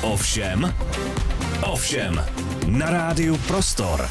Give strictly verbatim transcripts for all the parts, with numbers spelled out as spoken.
Ovšem, ovšem, na rádiu Prostor.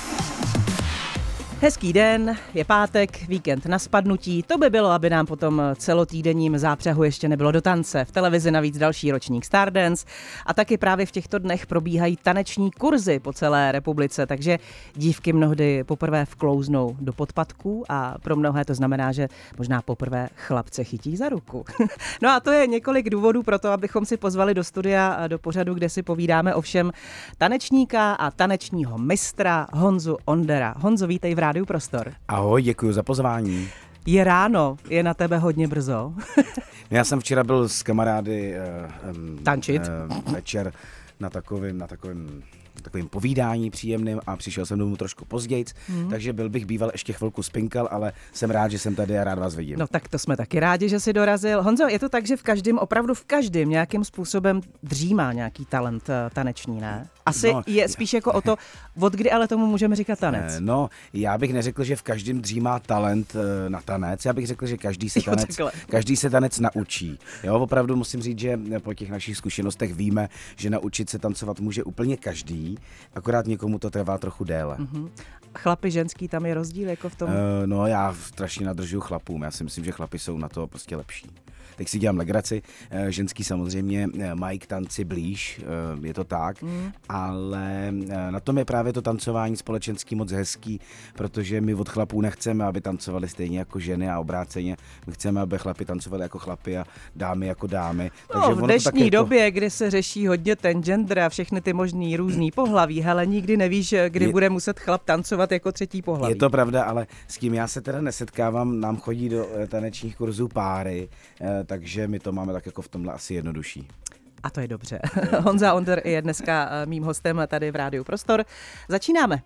Hezký den, je pátek, víkend na spadnutí, to by bylo, aby nám potom celotýdenním zápřehu ještě nebylo do tance. V televizi navíc další ročník Stardance a taky právě v těchto dnech probíhají taneční kurzy po celé republice, takže dívky mnohdy poprvé vklouznou do podpatků a pro mnohé to znamená, že možná poprvé chlapce chytí za ruku. No a to je několik důvodů pro to, abychom si pozvali do studia, do pořadu, kde si povídáme ovšem tanečníka a tanečního mistra Honzu Ondera. Honzo, vítej v Rádiu Prostor. Ahoj, děkuji za pozvání. Je ráno, je na tebe hodně brzo. Já jsem včera byl s kamarády uh, um, tančit uh, večer na takovém na takovým takovým povídání příjemným a přišel jsem domů trošku později, hmm. takže byl bych býval ještě chvilku spinkal, ale jsem rád, že jsem tady a rád vás vidím. No tak to jsme taky rádi, že jsi dorazil. Honzo, je to tak, že v každém, opravdu v každém nějakým způsobem dřímá nějaký talent taneční, ne? Asi no, je spíš jako o to, od kdy ale tomu můžeme říkat tanec. No, já bych neřekl, že v každém dřímá talent na tanec, já bych řekl, že každý se tanec, každý se tanec naučí. Jo, opravdu musím říct, že po těch našich zkušenostech víme, že naučit se tancovat může úplně každý, akorát někomu to trvá trochu déle. Mm-hmm. Chlapi, ženský, tam je rozdíl jako v tom? Uh, no, já strašně nadržuju chlapům, já si myslím, že chlapi jsou na to prostě lepší. Tak si dělám legraci, ženský samozřejmě mají k tanci blíž, je to tak, mm. ale na tom je právě to tancování společenský moc hezký, protože my od chlapů nechceme, aby tancovali stejně jako ženy a obráceně, my chceme, aby chlapi tancovali jako chlapi a dámy jako dámy. Takže no, v dnešní jako... době, kdy se řeší hodně ten gender a všechny ty možný různý pohlaví, hele, nikdy nevíš, kdy je... bude muset chlap tancovat jako třetí pohlaví. Je to pravda, ale s tím já se teda nesetkávám, nám chodí do tanečních kurzů páry, takže my to máme tak jako v tomhle asi jednodušší. A to je dobře. Honza Onder je dneska mým hostem tady v Rádiu Prostor. Začínáme.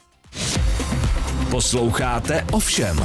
Posloucháte Ovšem.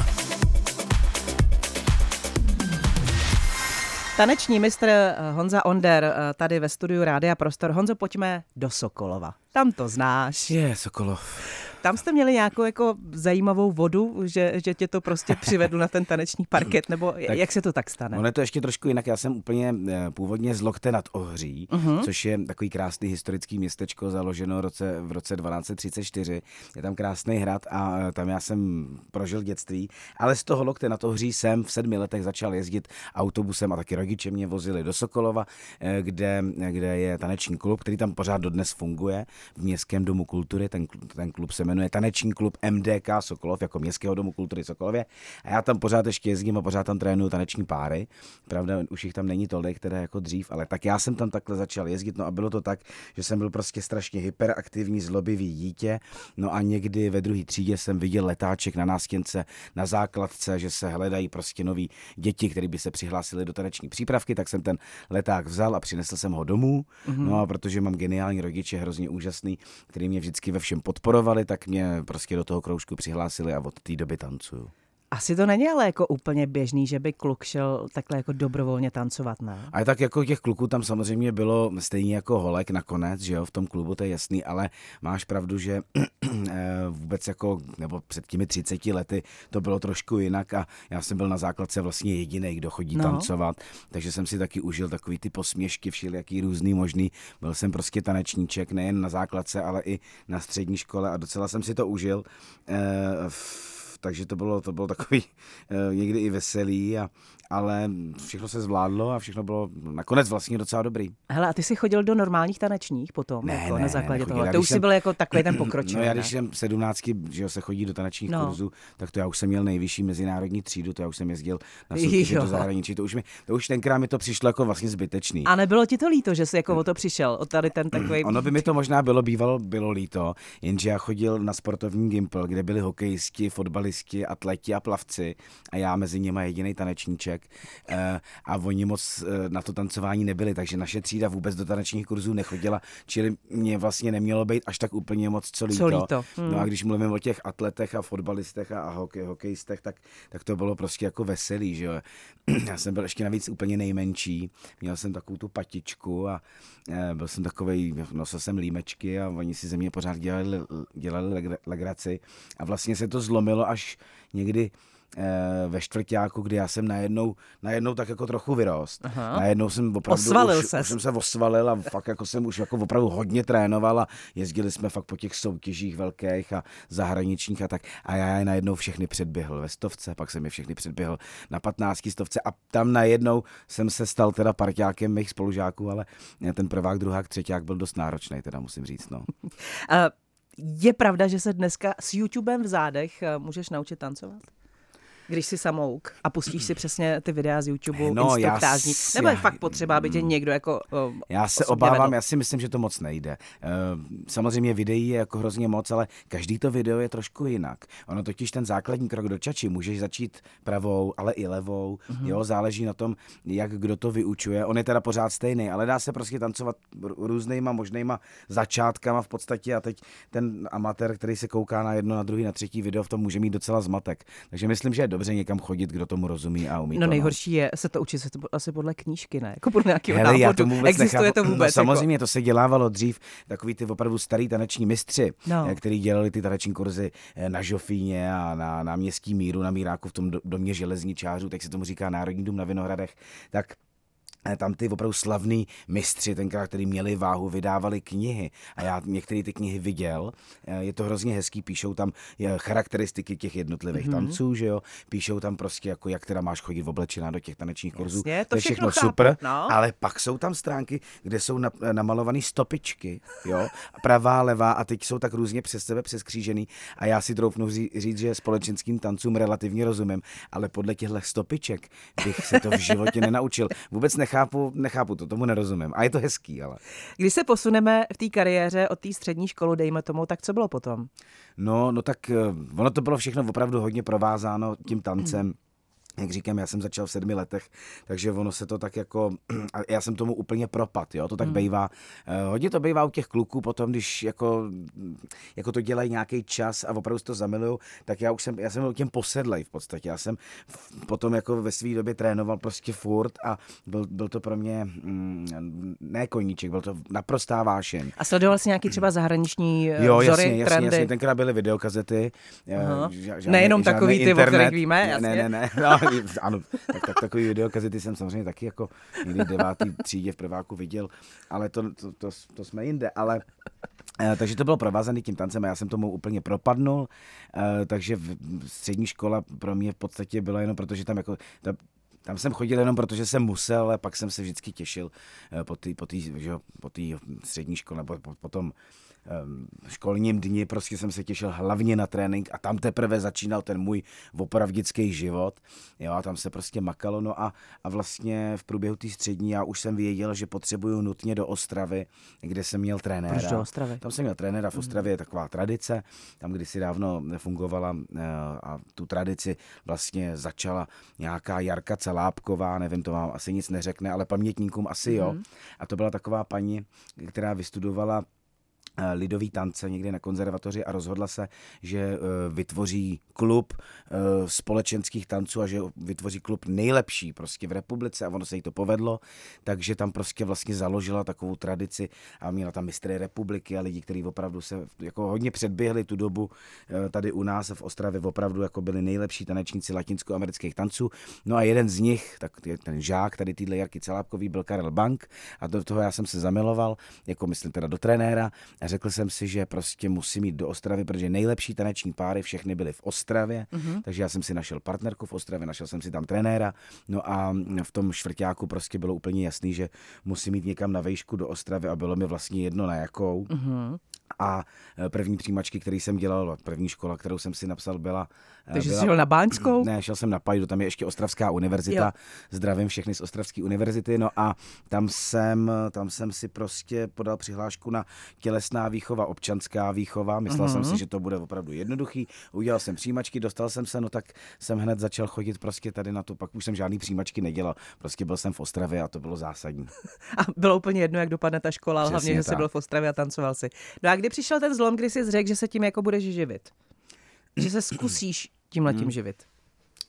Taneční mistr Honza Onder tady ve studiu Rádia Prostor. Honzo, pojďme do Sokolova. Tam to znáš. Je, Sokolov. Tam jste měli nějakou jako zajímavou vodu, že, že tě to prostě přivedlo na ten taneční parket, nebo tak, jak se to tak stane? Ono je to ještě trošku jinak. Já jsem úplně původně z Lochte nad Ohří, uh-huh. což je takový krásný historický městečko založeno v roce, v roce dvanáct set třicet čtyři. Je tam krásný hrad a tam já jsem prožil dětství, ale z toho Lochte nad Ohří jsem v sedmi letech začal jezdit autobusem a taky rodiče mě vozili do Sokolova, kde, kde je taneční klub, který tam pořád dodnes funguje v Městském domu kultury. Ten, ten klub se jmenuje Taneční klub M D K Sokolov, jako Městského domu kultury Sokolově. A já tam pořád ještě jezdím a pořád tam trénuju taneční páry. Pravda, už jich tam není tolik, které jako dřív, ale tak já jsem tam takhle začal jezdit. No a bylo to tak, že jsem byl prostě strašně hyperaktivní, zlobivý dítě. No a někdy ve druhé třídě jsem viděl letáček na nástěnce, na základce, že se hledají prostě noví děti, kteří by se přihlásili do taneční přípravky, tak jsem ten leták vzal a přinesl jsem ho domů. Mm-hmm. No a protože mám geniální rodiče, hrozně úžasný, který mě vždycky ve všem podporovali, tak mě prostě do toho kroužku přihlásili a od té doby tancuju. Asi to není ale jako úplně běžný, že by kluk šel takhle jako dobrovolně tancovat, ne? A tak jako těch kluků tam samozřejmě bylo stejně jako holek nakonec, že jo, v tom klubu to je jasný, ale máš pravdu, že vůbec jako, nebo před těmi třiceti lety to bylo trošku jinak a já jsem byl na základce vlastně jedinej, kdo chodí no. tancovat, takže jsem si taky užil takový ty posměšky všelijaký různý možný, byl jsem prostě tanečníček, nejen na základce, ale i na střední škole a docela jsem si to užil. E, takže to bylo, to bylo takový e, někdy i veselý, a, ale všechno se zvládlo a všechno bylo nakonec vlastně docela dobrý. Hele, a ty jsi chodil do normálních tanečních potom? Ne, jako ne, na základě ne, toho. To už jsi byl jako takový ten pokročilý. No já když jsem sedmnáctky, že se chodí do tanečních no. kurzů, tak to já už jsem měl nejvyšší mezinárodní třídu, to já už jsem jezdil na soutěže do zahraničí. To už, mi, to už tenkrát mi to přišlo jako vlastně zbytečný. A nebylo ti to líto, že jsi jako o to přišel? O tady ten takový. Ono by mi to možná bylo bývalo, bylo líto, jenže já chodil na sportovní gympl, kde byli hokejisti, fotbalisti, atleti a plavci a já mezi nimi jediný tanečníček. A oni moc na to tancování nebyli, takže naše třída vůbec do tanečních kurzů nechodila, čili mě vlastně nemělo být až tak úplně moc co líto. Co líto. Hmm. No a když mluvím o těch atletech a fotbalistech a hokej, hokejistech, tak, tak to bylo prostě jako veselý, že jo. Já jsem byl ještě navíc úplně nejmenší, měl jsem takovou tu patičku a byl jsem takovej, nosil jsem límečky a oni si ze mě pořád dělali, dělali legraci a vlastně se to zlomilo až někdy ve čtvrťáku, kdy já jsem najednou, najednou tak jako trochu vyrost. Aha. Najednou jsem opravdu Osvalil už, už jsem se osvalil a fakt jako jsem už jako opravdu hodně trénoval a jezdili jsme fakt po těch soutěžích velkých a zahraničních a tak. A já je najednou všechny předběhl ve stovce, pak jsem je všechny předběhl na patnácti stovce a tam najednou jsem se stal teda parťákem mých spolužáků, ale ten prvák, druhák, třeťák byl dost náročný, teda musím říct. No. Je pravda, že se dneska s YouTubem v zádech můžeš naučit tancovat? Když jsi samouk a pustíš si přesně ty videa z YouTube, no, instruktážní, s... nebo je já... fakt potřeba, aby tě někdo jako uh, Já se obávám, vedl. Já si myslím, že to moc nejde. Samozřejmě videí je jako hrozně moc, ale každý to video je trošku jinak. Ono totiž ten základní krok do čači, můžeš začít pravou, ale i levou, mm-hmm. jo, záleží na tom, jak kdo to vyučuje. On je teda pořád stejný, ale dá se prostě tancovat různýma možnýma začátkama v podstatě a teď ten amatér, který se kouká na jedno, na druhý, na třetí video, v tom může mít docela zmatek. Takže myslím, že je dobře někam chodit, kdo tomu rozumí a umí no to. No nejhorší je se to učit se to asi podle knížky, ne? Jako podle nějakého Hele, návodu. To Existuje nechápu. to vůbec? No, samozřejmě, to se dělávalo dřív. Takový ty opravdu starý taneční mistři, no. který dělali ty taneční kurzy na Žofíně a na, na Městský míru, na Míráku v tom domě železničářů, tak se tomu říká Národní dům na Vinohradech, tak tam ty opravdu slavný mistři, tenkrát, který měli váhu, vydávali knihy a já některé ty knihy viděl. Je to hrozně hezký, píšou tam charakteristiky těch jednotlivých mm-hmm. tanců, že jo, píšou tam prostě jako jak teda máš chodit oblečená do těch tanečních kurzů. Jasně, to, to je všechno chápu, super, no. Ale pak jsou tam stránky, kde jsou na, namalované stopičky, jo, pravá, levá a teď jsou tak různě přes sebe přeskřížený a já si troufnu říct, že společenským tancům relativně rozumím, ale podle těchto stopiček bych se to v životě nenaučil. Vůbec nechám Nechápu, nechápu to, tomu nerozumím. A je to hezký, ale... Když se posuneme v té kariéře od té střední školy, dejme tomu, tak co bylo potom? No, no tak ono to bylo všechno opravdu hodně provázáno tím tancem. Jak říkám, já jsem začal v sedmi letech, takže ono se to tak jako, a já jsem tomu úplně propad, jo, to tak hmm. bejvá. Hodně to bejvá u těch kluků potom, když jako, jako to dělají nějaký čas a opravdu to zamilujou, tak já už jsem, já jsem byl těm posedlej v podstatě. Já jsem potom jako ve své době trénoval prostě furt a byl, byl to pro mě, mm, ne koníček, byl to naprostá vášeň. A sledoval jsi nějaký třeba zahraniční jo, vzory, jasně, jasně, trendy? Jasně, tenkrát byly videokazety. Žádný, Nejenom takový ty, internet, o kterých víme, jasně. Ne, ne, ne, no, ano, tak, tak takový videokazety jsem samozřejmě taky jako někdy v devátý třídě v prváku viděl, ale to, to, to, to jsme jinde, ale eh, takže to bylo provázané tím tancem a já jsem tomu úplně propadnul, eh, takže v, střední škola pro mě v podstatě byla jenom protože tam jako ta, tam jsem chodil jenom protože jsem musel, ale pak jsem se vždycky těšil eh, po té po po střední škole, po, po, potom školním dni, prostě jsem se těšil hlavně na trénink a tam teprve začínal ten můj opravdický život. Jo, a tam se prostě makalo. No a, a vlastně v průběhu té střední já už jsem věděl, že potřebuju nutně do Ostravy, kde jsem měl trenéra. Proč do Ostravy? Tam jsem měl trenéra, v Ostravě je taková tradice, tam kdysi dávno fungovala a tu tradici vlastně začala nějaká Jarka Celápková, nevím, to vám asi nic neřekne, ale pamětníkům asi jo. Mm-hmm. A to byla taková paní, která vystudovala lidový tance někde na konzervatoři a rozhodla se, že vytvoří klub společenských tanců a že vytvoří klub nejlepší prostě v republice a ono se jí to povedlo, takže tam prostě vlastně založila takovou tradici a měla tam mistry republiky a lidi, kteří opravdu se jako hodně předběhli tu dobu tady u nás v Ostravě, opravdu jako byli nejlepší tanečníci latinskoamerických tanců. No a jeden z nich, tak ten žák tady týhle Jarky Celápkový byl Karel Bank a do toho já jsem se zamiloval, jako myslím teda do trenéra. A řekl jsem si, že prostě musím jít do Ostravy, protože nejlepší taneční páry všechny byly v Ostravě, mm-hmm. takže já jsem si našel partnerku v Ostravě, našel jsem si tam trenéra, no a v tom čtvrťáku prostě bylo úplně jasný, že musím jít někam na vejšku do Ostravy a bylo mi vlastně jedno na jakou. Mm-hmm. A první přijímačky, který jsem dělal, první škola, kterou jsem si napsal, byla... Takže byla, jsi šel na Báňskou? Ne, šel jsem na Pajdu, tam je ještě Ostravská univerzita, jo. Zdravím všechny z Ostravské univerzity, no a tam jsem, tam jsem si prostě podal přihlášku na tělesná výchova, občanská výchova, myslel uh-huh. jsem si, že to bude opravdu jednoduchý, udělal jsem přijímačky, dostal jsem se, no tak jsem hned začal chodit prostě tady na to, pak už jsem žádný přijímačky nedělal, prostě byl jsem v Ostravě a to bylo zásadní. A bylo úplně jedno, jak dopadne ta škola, ale hlavně, že jsi byl v Ostravě a tancoval si. No a kdy přišel ten zlom, kdy jsi řekl, že se tím jako budeš živit? Že se zkusíš tímhletím živit?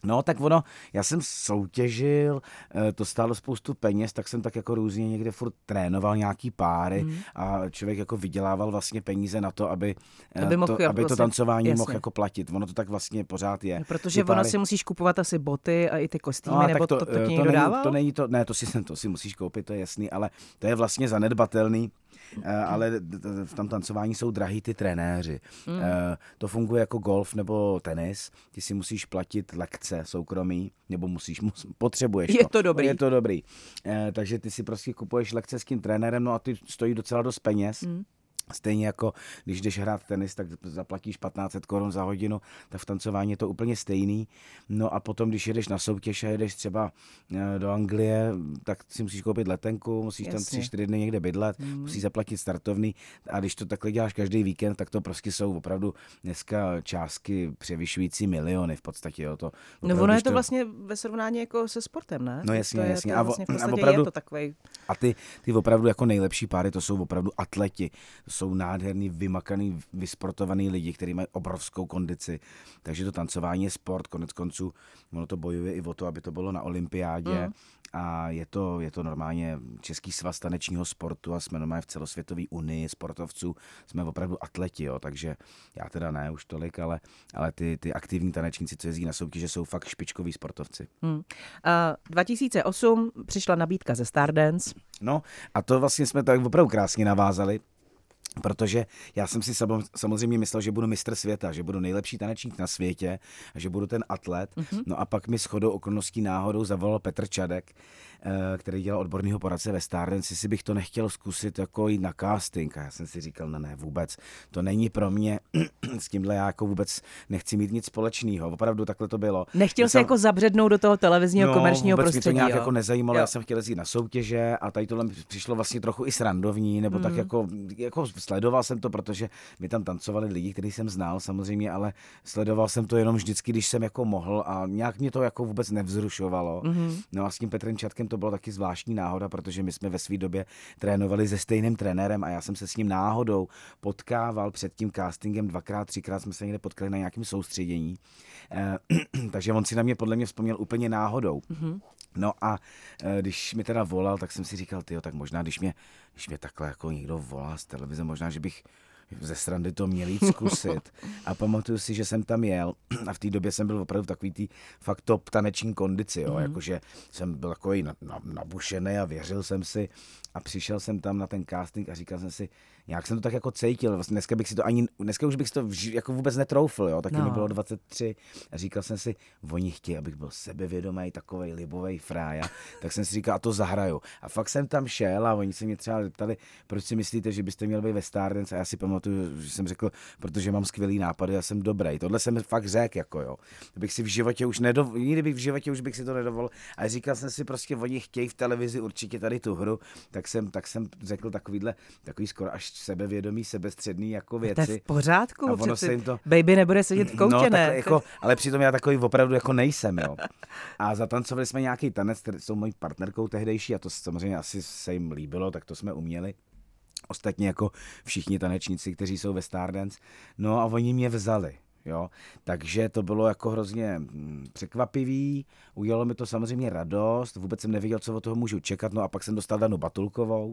No, tak ono, já jsem soutěžil, to stálo spoustu peněz, tak jsem tak jako různě někde furt trénoval nějaký páry hmm. a člověk jako vydělával vlastně peníze na to, aby, aby, mohl, to, aby vlastně, to tancování jasně. mohl jako platit. Ono to tak vlastně pořád je. No, protože páry... ono si musíš kupovat asi boty a i ty kostýmy, no, nebo to, to, to ti někdo není, dával? To není to, ne, to si, to si musíš koupit, to je jasný, ale to je vlastně zanedbatelný. Ale v tom tancování jsou drahý ty trenéři. Mm. To funguje jako golf nebo tenis. Ty si musíš platit lekce soukromí, nebo musíš, mus, potřebuješ to. Je to dobrý. Je to dobrý. Takže ty si prostě kupuješ lekce s tím trenérem, no a ty stojí docela dost peněz. Mm. Stejně jako když jdeš hrát tenis, tak zaplatíš patnáct set korun za hodinu, tak v tancování je to úplně stejný. No a potom, když jedeš na soutěž a jedeš třeba do Anglie, tak si musíš koupit letenku, musíš Jasně. tam tři, čtyři dny někde bydlet, mm. musíš zaplatit startovný. A když to takhle děláš každý víkend, tak to prostě jsou opravdu dneska částky převyšující miliony v podstatě. Jo. To opravdu, no ono je to, to vlastně ve srovnání jako se sportem, ne? No jasně, to je, jasně. To a, vlastně v a, opravdu, je to takovej... a ty, ty opravdu jako nejlepší páry, to jsou opravdu atleti. Jsou nádherný, vymakaný, vysportovaný lidi, kteří mají obrovskou kondici. Takže to tancování je sport, konec konců ono to bojuje i o to, aby to bylo na olympiádě. Mm. A je to, je to normálně Český svaz tanečního sportu a jsme normálně v celosvětové unii sportovců. Jsme opravdu atleti, jo, takže já teda ne už tolik, ale, ale ty, ty aktivní tanečníci, co jezdí na soutěže, jsou fakt špičkoví sportovci. Hmm. A dva tisíce osm přišla nabídka ze Stardance. No a to vlastně jsme tak opravdu krásně navázali. Protože já jsem si samozřejmě myslel, že budu mistr světa, že budu nejlepší tanečník na světě a že budu ten atlet. Mm-hmm. No a pak mi shodou okolností náhodou zavolal Petr Čadek, který dělal odborného poradce ve Stardance, jestli bych to nechtěl zkusit jako jít na casting. A já jsem si říkal, no ne, vůbec, to není pro mě, s tímhle já jako vůbec nechci mít nic společného. Opravdu takhle to bylo. Nechtěl jsi jako zabřednout do toho televizního no, komerčního vůbec prostředí. Mě to nějak jo? jako nezajímalo, jo. Já jsem chtěl jít na soutěže a tady tohle přišlo vlastně trochu i srandovní, nebo mm. tak jako, jako sledoval jsem to, protože mi tam tancovali lidi, který jsem znal samozřejmě, ale sledoval jsem to jenom vždycky, když jsem jako mohl a nějak mě to jako vůbec nevzrušovalo. Mm-hmm. No a s tím Petrem Čatkem to bylo taky zvláštní náhoda, protože my jsme ve své době trénovali se stejným trenérem a já jsem se s ním náhodou potkával před tím castingem dvakrát, třikrát jsme se někde potkali na nějakém soustředění. E, takže on si na mě podle mě vzpomněl úplně náhodou. Mm-hmm. No a e, když mi teda volal, tak jsem si říkal, tyjo, tak možná, když mě, když mě takhle jako někdo volá z televize, možná, že bych ze srandy to měl jít zkusit. A pamatuju si, že jsem tam jel a v té době jsem byl opravdu v takový tý fakt top taneční kondici, jo, mm. jakože jsem byl takový nabušený a věřil jsem si a přišel jsem tam na ten casting a říkal jsem si, nějak jsem to tak jako cítil, vlastně dneska bych si to ani, dneska už bych si to vž, jako vůbec netroufl, jo, taky no. mi bylo dvacet tři a říkal jsem si, oni chtějí, abych byl sebevědomý, takovej libovej frája, tak jsem si říkal, a to zahraju. A fakt jsem tam šel a oni se mě třeba zeptali, proč si myslíte, že byste měl být ve Stardance a já si pamatuju, že jsem řekl, protože mám skvělý nápady a jsem dobrý. Tohle jsem fakt řekl, jako jo. To bych si v životě už nedovolil, nikdy bych v životě už bych si to nedovolil. A říkal jsem si prostě, oni chtějí v televizi určitě tady tu hru, tak jsem, tak jsem řekl takovýhle, takový skoro až sebevědomý, sebestředný jako věci. To je v pořádku, a ono se jim to... baby nebude sedět v koutě, no, ne? Jako, ale přitom já takový opravdu jako nejsem, jo. A zatancovali jsme nějaký tanec, který jsou mojí partnerkou tehdejší a to samozřejmě asi se jim líbilo, tak to jsme uměli. Ostatně jako všichni tanečníci, kteří jsou ve Stardance. No a oni mě vzali. Jo, takže to bylo jako hrozně překvapivý, udělalo mi to samozřejmě radost, vůbec jsem nevěděl, co od toho můžu čekat, no a pak jsem dostal Danu Batulkovou,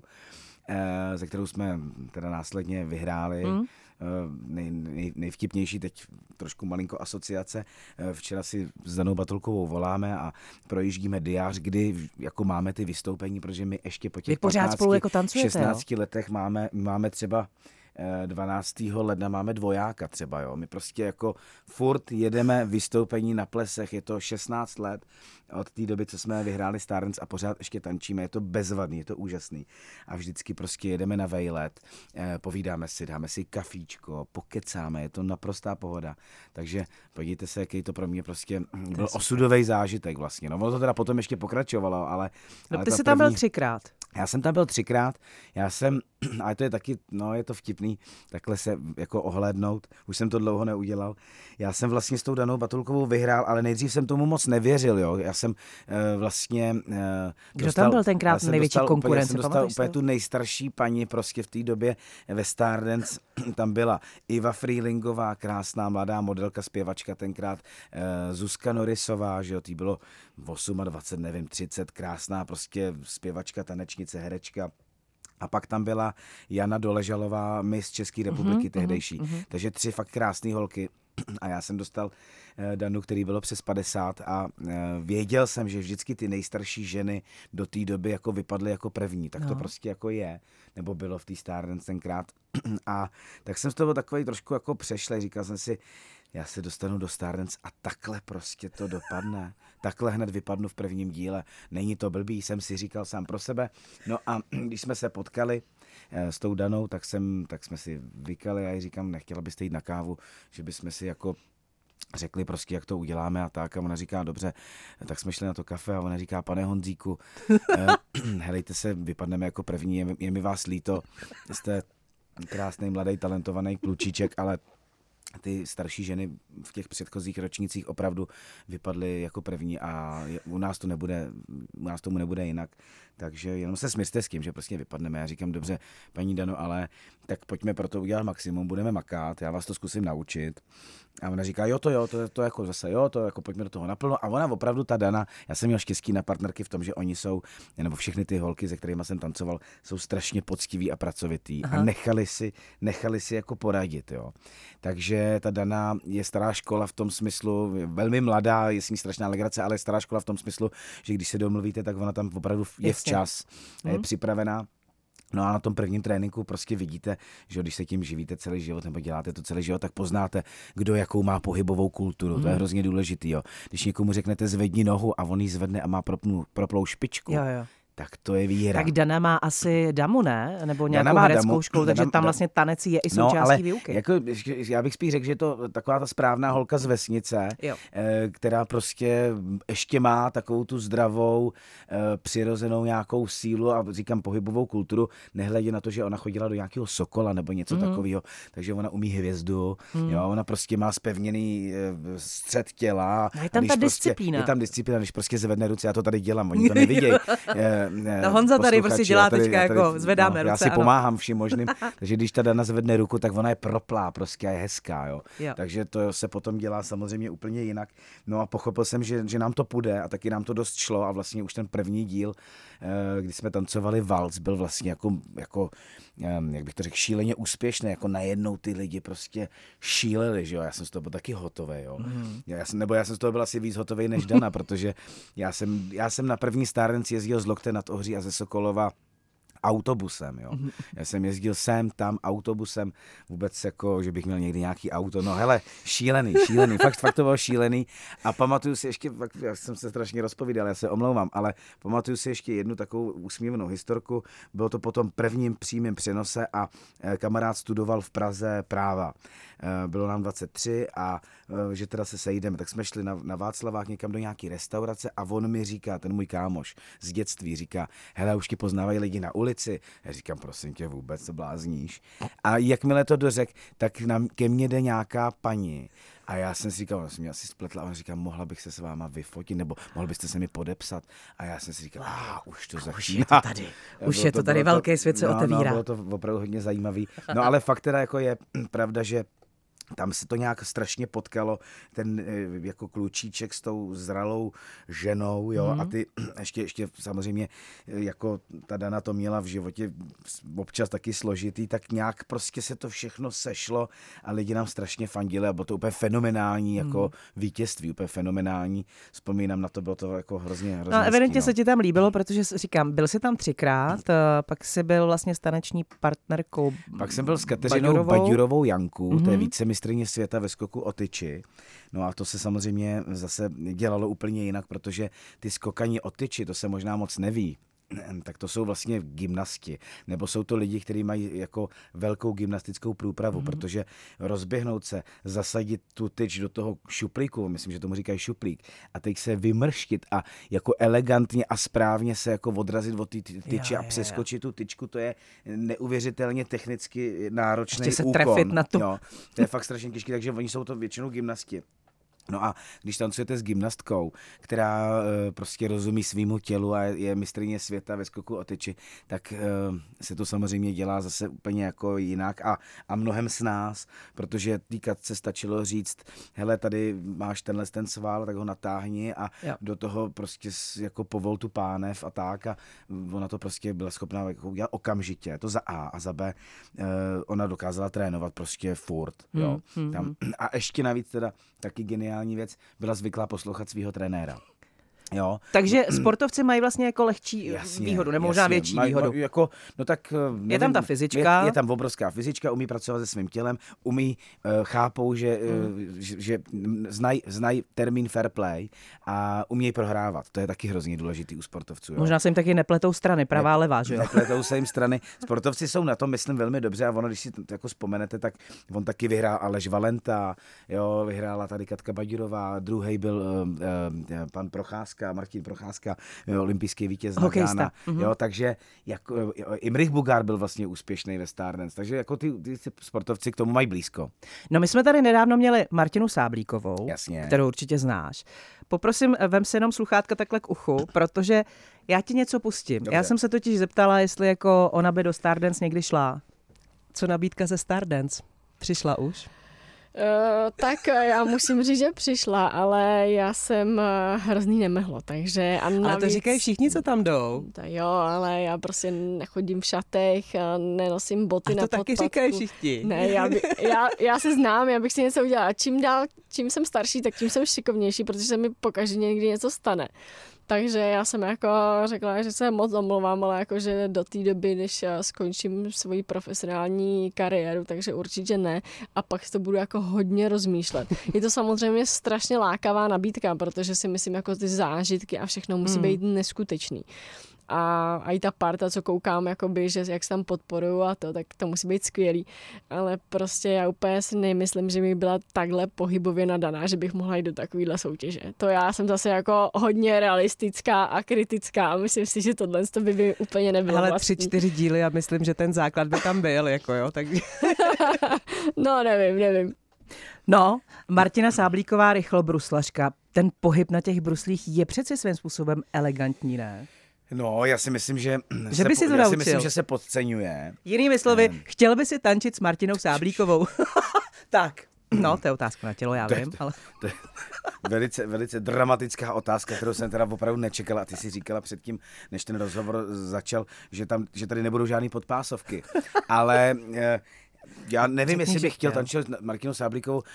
eh, ze kterou jsme teda následně vyhráli. Mm. Nej, nej, nejvtipnější teď trošku malinko asociace. Včera si s Danou Batulkovou voláme a projíždíme diář, kdy jako máme ty vystoupení, protože my ještě po těch patnácti, jako šestnácti letech máme, máme třeba dvanáctého ledna máme dvojáka třeba, jo. My prostě jako furt jedeme vystoupení na plesech, je to šestnáct let od té doby, co jsme vyhráli Stardance a pořád ještě tančíme, je to bezvadný, je to úžasný. A vždycky prostě jedeme na vejlet, povídáme si, dáme si kafíčko, pokecáme, je to naprostá pohoda. Takže podívejte se, jaký to pro mě prostě byl osudový zážitek vlastně. No, ono to teda potom ještě pokračovalo, ale... No, ale ty jsi první... tam byl třikrát. Já jsem tam byl třikrát, já jsem, ale to je taky, no je to vtipný, takhle se jako ohlédnout, už jsem to dlouho neudělal. Já jsem vlastně s tou Danou Batulkovou vyhrál, ale nejdřív jsem tomu moc nevěřil, jo. Já jsem uh, vlastně... Uh, Kdo dostal, tam byl tenkrát největší konkurence? Já jsem dostal úplně tu nejstarší paní prostě v té době ve Stardance tam byla Iva Freelingová, krásná mladá modelka, zpěvačka tenkrát, eh, Zuzka Norisová, že jo, tý bylo dvacet osm, nevím, třicet, krásná prostě zpěvačka, tanečnice, herečka. A pak tam byla Jana Doležalová, miss České republiky mm-hmm, tehdejší. Mm-hmm. Takže tři fakt krásné holky. A já jsem dostal eh, Danu, který bylo přes padesát a eh, věděl jsem, že vždycky ty nejstarší ženy do té doby jako vypadly jako první. Tak no. To prostě jako je. Nebo bylo v té Stardance tenkrát. A tak jsem z toho takový trošku jako přešlej. Říkal jsem si, já se dostanu do Stardance a takhle prostě to dopadne. Takhle hned vypadnu v prvním díle. Není to blbý, jsem si říkal sám pro sebe. No a když jsme se potkali s tou Danou, tak, jsem, tak jsme si vykali a já jí říkám, nechtěla byste jít na kávu, že bychom si jako řekli prostě, jak to uděláme a tak. A ona říká, dobře, tak jsme šli na to kafe a ona říká, pane Honzíku, helejte se, vypadneme jako první, je, je mi vás líto, jste krásný, mladý, talentovaný klučíček, ale ty starší ženy v těch předchozích ročnících opravdu vypadly jako první a u nás to nebude, u nás tomu nebude jinak. Takže jenom se smiřte s tím, že prostě vypadneme. Já říkám, dobře, paní Dano, ale tak pojďme pro to udělat maximum, budeme makat, já vás to zkusím naučit. A ona říká, jo, to jo, to, to jako zase jo, to jako pojďme do toho naplno. A ona opravdu, ta Dana, já jsem měl štěstí na partnerky v tom, že oni jsou, nebo všechny ty holky, se kterými jsem tancoval, jsou strašně poctiví a pracovitý. Aha. A nechali si, nechali si jako poradit, jo. Takže ta Dana je stará škola v tom smyslu, velmi mladá, je s ní strašná legrace, ale je stará škola v tom smyslu, že když se domluvíte, tak ona tam opravdu je Jasně. včas, je hmm. připravená. No a na tom prvním tréninku prostě vidíte, že když se tím živíte celý život nebo děláte to celý život, tak poznáte, kdo jakou má pohybovou kulturu. Hmm. To je hrozně důležitý. Jo. Když někomu řeknete zvedni nohu a on ji zvedne a má propnu, proplou špičku, jo, jo. tak to je výhra. Tak Dana má asi damu, ne? Nebo nějakou hereckou damu, školu, takže Dana, tam vlastně tanec je i součástí no, ale výuky. Jako, já bych spíš řekl, že je to taková ta správná holka z vesnice, jo. která prostě ještě má takovou tu zdravou, přirozenou nějakou sílu a říkám pohybovou kulturu, nehledě na to, že ona chodila do nějakého Sokola nebo něco mm. takového, takže ona umí hvězdu, mm. jo, ona prostě má zpevněný střed těla. No je tam ta prostě, disciplína. Je tam disciplína, když prostě zvedne ruce, já to tady dělám, oni to nevidějí. No Honza tady prostě dělá tady, teďka tady, jako zvedáme no, ruce. Já si ano. pomáhám vším možným, takže když ta Dana zvedne ruku, tak ona je proplá prostě a je hezká, jo. jo. Takže to se potom dělá samozřejmě úplně jinak. No a pochopil jsem, že, že nám to půjde a taky nám to dost šlo a vlastně už ten první díl, kdy jsme tancovali valc, byl vlastně jako, jako jak bych to řekl, šíleně úspěšný, jako najednou ty lidi prostě šíleli, že jo. Já jsem z toho byl taky hotový, jo. Mm. Já jsem, nebo já jsem z toho byl asi víc hotový než Dana, protože já jsem, já jsem na první Stardance jezdil z Lokte nad Ohří a ze Sokolova autobusem, jo. Já jsem jezdil sem, tam autobusem, vůbec jako, že bych měl někdy nějaký auto, no hele, šílený, šílený, fakt, fakt to bylo šílený a pamatuju si ještě, fakt, já jsem se strašně rozpovídal, já se omlouvám, ale pamatuju si ještě jednu takovou úsměvnou historku, bylo to po tom prvním přímém přenose a kamarád studoval v Praze práva. Bylo nám dvacet tři a že teda se sejdeme, tak jsme šli na, na Václavák někam do nějaký restaurace a on mi říká, ten můj kámoš z dětství říká, hele, už ti poznávají lidi na ulici. Já říkám, prosím tě, vůbec to blázníš. A jakmile to dořek, tak nám, ke mně jde nějaká paní. A já jsem si říkal, ona se mě asi spletla a ona říká, mohla bych se s váma vyfotit, nebo mohl byste se mi podepsat. A já jsem si říkal, a už to začíná. Už je to tady, už je to, to tady velký svět se no, otevírá. No, bylo to opravdu hodně zajímavý. No ale fakt teda jako je pravda, že tam se to nějak strašně potkalo, ten jako klučíček s tou zralou ženou, jo, mm. a ty ještě, ještě samozřejmě jako ta Dana to měla v životě občas taky složitý, tak nějak prostě se to všechno sešlo a lidi nám strašně fandili a bylo to úplně fenomenální jako mm. vítězství, úplně fenomenální. Vzpomínám na to, bylo to jako hrozně, hrozně no, evidentně hezký, se ti tam líbilo, protože říkám, byl jsi tam třikrát, pak jsi byl vlastně s taneční partnerkou Pak jsem byl s Kateřinou Baďurovou Janku, mm. to je více mistryně světa ve skoku o tyči. No a to se samozřejmě zase dělalo úplně jinak, protože ty skokani o tyči, to se možná moc neví, tak to jsou vlastně gymnasti, nebo jsou to lidi, kteří mají jako velkou gymnastickou průpravu, mm. protože rozběhnout se, zasadit tu tyč do toho šuplíku, myslím, že tomu říkají šuplík, a teď se vymrštit a jako elegantně a správně se jako odrazit od té tyče a přeskočit tu tyčku, to je neuvěřitelně technicky náročný Ještě se úkon. Trefit na tu. Jo, to je fakt strašně těžké, takže oni jsou to většinou gymnasti. No a když tancujete s gymnastkou, která e, prostě rozumí svýmu tělu a je, je mistryně světa ve skoku o tyči, tak e, se to samozřejmě dělá zase úplně jako jinak a, a mnohem s nás, protože týkat se stačilo říct, hele, tady máš tenhle ten sval, tak ho natáhni a jo. do toho prostě jako povol tu pánev a tak a ona to prostě byla schopná jako udělat okamžitě, to za A a za B e, ona dokázala trénovat prostě furt, jo. Hmm, Tam, hmm. A ještě navíc teda taky geniální věc, byla zvyklá poslouchat svého trenéra. Jo. Takže sportovci mají vlastně jako lehčí jasně, výhodu, nebo možná větší maj, výhodu. Jako, no tak, nevím, je tam ta fyzička. Je, je tam obrovská fyzička, umí pracovat se svým tělem, umí, uh, chápou, že, hmm. uh, že, že znají znaj termín fair play a umějí prohrávat. To je taky hrozně důležitý u sportovců. Jo. Možná se jim taky nepletou strany, pravá ne, levá, že jo? Nepletou se jim strany. Sportovci jsou na tom, myslím, velmi dobře a ono, když si to jako vzpomenete, tak on taky vyhrál Aleš Valenta, jo, vyhrála tady Katka Baďurová, druhý byl uh, uh, pan Procházka, Martin Procházka, olympijský vítěz z Ghana, mm-hmm. jo, takže jako, Imrich Bugár byl vlastně úspěšný ve Stardance, takže jako ty, ty sportovci k tomu mají blízko. No my jsme tady nedávno měli Martinu Sáblíkovou, jasně, kterou určitě znáš. Poprosím, vem si jenom sluchátka takhle k uchu, protože já ti něco pustím. Dobře. Já jsem se totiž zeptala, jestli jako ona by do Stardance někdy šla. Co nabídka ze Stardance? Přišla už? Uh, tak já musím říct, že přišla, ale já jsem uh, hrozný nemehlo, takže a navíc... Ale to říkají všichni, co tam jdou. To jo, ale já prostě nechodím v šatech, a nenosím boty a na to podpatku. taky říkají všichni. Ne, já, by, já, já se znám, já bych si něco udělala. A čím dál, čím jsem starší, tak tím jsem šikovnější, protože se mi pokaždé někdy něco stane. Takže já jsem jako řekla, že se moc omlouvám, ale jakože do té doby, než skončím svoji profesionální kariéru, takže určitě ne. A pak to budu jako hodně rozmýšlet. Je to samozřejmě strašně lákavá nabídka, protože si myslím, jako ty zážitky a všechno musí být neskutečný. A, a i ta parta, co koukám, jakoby, že jak se tam podporuju a to, tak to musí být skvělý. Ale prostě já úplně si nemyslím, že bych byla takhle pohybově nadaná, že bych mohla jít do takovýhle soutěže. To já jsem zase jako hodně realistická a kritická a myslím si, že tohle by, by úplně nebylo ale vlastní. tři, čtyři díly a myslím, že ten základ by tam byl, jako jo, tak... No, nevím, nevím. No, Martina Sáblíková, rychlobruslařka, ten pohyb na těch bruslích je přeci svým způsobem elegantní, ne? No, já si myslím, že, že by se, si to já si naučil. myslím, že se podceňuje. Jinými slovy, um, chtěl by si tančit s Martinou Sáblíkovou. Tak, no, to je otázka na tělo, já to vím. Je, ale... to je velice, velice dramatická otázka, kterou jsem teda opravdu nečekala. A ty si říkala předtím, než ten rozhovor začal, že, tam, že tady nebudou žádný podpásovky. Ale já nevím, jestli bych chtěl tančit s Martinou Sáblíkovou.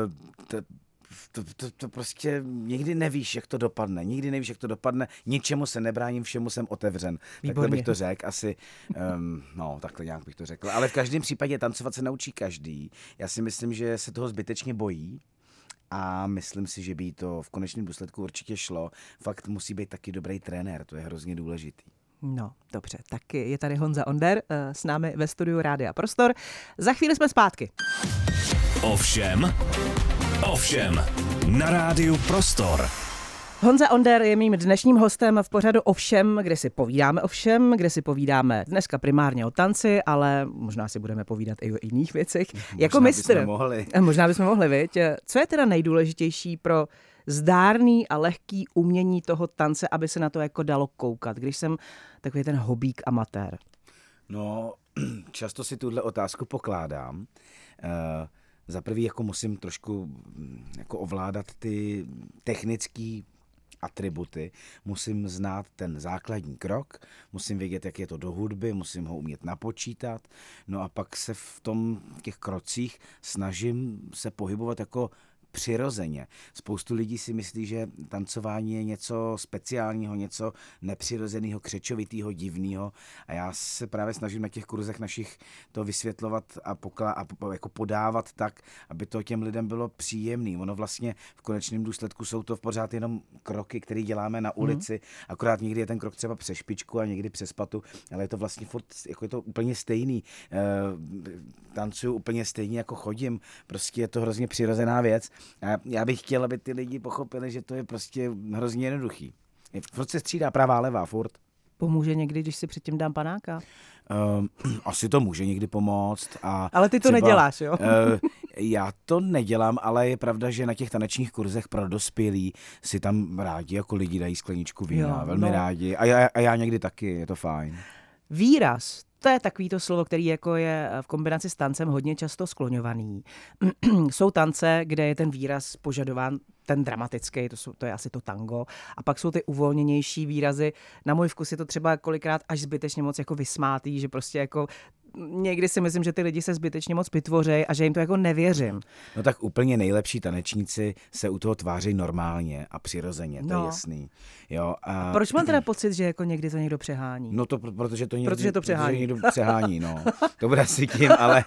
To, to, to prostě nikdy nevíš, jak to dopadne. Nikdy nevíš, jak to dopadne. Ničemu se nebráním, všemu jsem otevřen. Výborně. Takhle bych to řekl. Asi, um, no, takhle nějak bych to řekl. Ale v každém případě tancovat se naučí každý. Já si myslím, že se toho zbytečně bojí. A myslím si, že by to v konečném důsledku určitě šlo. Fakt musí být taky dobrý trenér. To je hrozně důležitý. No, dobře. Tak je tady Honza Onder s námi ve studiu Rádia Prostor. Za chvíli jsme zpátky. Ovšem... Ovšem, na rádiu Prostor. Honza Onder je mým dnešním hostem v pořadu Ovšem, kde si povídáme o všem, kde si povídáme dneska primárně o tanci, ale možná si budeme povídat i o jiných věcech. Možná jako mistr. Bychom mohli. Možná bychom mohli, viď? Co je teda nejdůležitější pro zdárný a lehký umění toho tance, aby se na to jako dalo koukat, když jsem takový ten hobík amatér? No, často si tuhle otázku pokládám. Uh, Za prvý jako musím trošku jako ovládat ty technické atributy, musím znát ten základní krok, musím vědět, jak je to do hudby, musím ho umět napočítat, no a pak se v tom v těch krocích snažím se pohybovat jako přirozeně. Spoustu lidí si myslí, že tancování je něco speciálního, něco nepřirozeného, křečovitého, divného a já se právě snažím na těch kurzech našich to vysvětlovat a, pokla- a jako podávat tak, aby to těm lidem bylo příjemný. Ono vlastně v konečném důsledku jsou to v pořád jenom kroky, které děláme na ulici, mm. akorát někdy je ten krok třeba přes špičku a někdy přes patu, ale je to vlastně furt, jako je to úplně stejný. E, tancuju úplně stejně, jako chodím. Prostě je to hrozně přirozená věc. A já bych chtěl, aby ty lidi pochopili, že to je prostě hrozně jednoduchý. Furt se střídá pravá, levá, furt. pomůže někdy, když si předtím dám panáka? Um, asi to může někdy pomoct. A ale ty to třeba, neděláš, jo? uh, já to nedělám, ale je pravda, že na těch tanečních kurzech pro dospělí si tam rádi jako lidi dají skleničku vína, Jo, velmi no. rádi. A já, a já někdy taky, je to fajn. Výraz, to je takový to slovo, který jako je v kombinaci s tancem hodně často skloňovaný. Jsou tance, kde je ten výraz požadován, ten dramatický, to, jsou, to je asi to tango. A pak jsou ty uvolněnější výrazy. Na můj vkus je to třeba kolikrát až zbytečně moc jako vysmátý, že prostě jako někdy si myslím, že ty lidi se zbytečně moc vytvořejí a že jim to jako nevěřím. No tak úplně nejlepší tanečníci se u toho tváří normálně a přirozeně, to No. je jasný. Jo, a... A proč mám teda pocit, že jako někdy to někdo přehání? No to, protože to někdo, Protože to přehání. Protože někdo přehání, no. To bude asi tím, ale,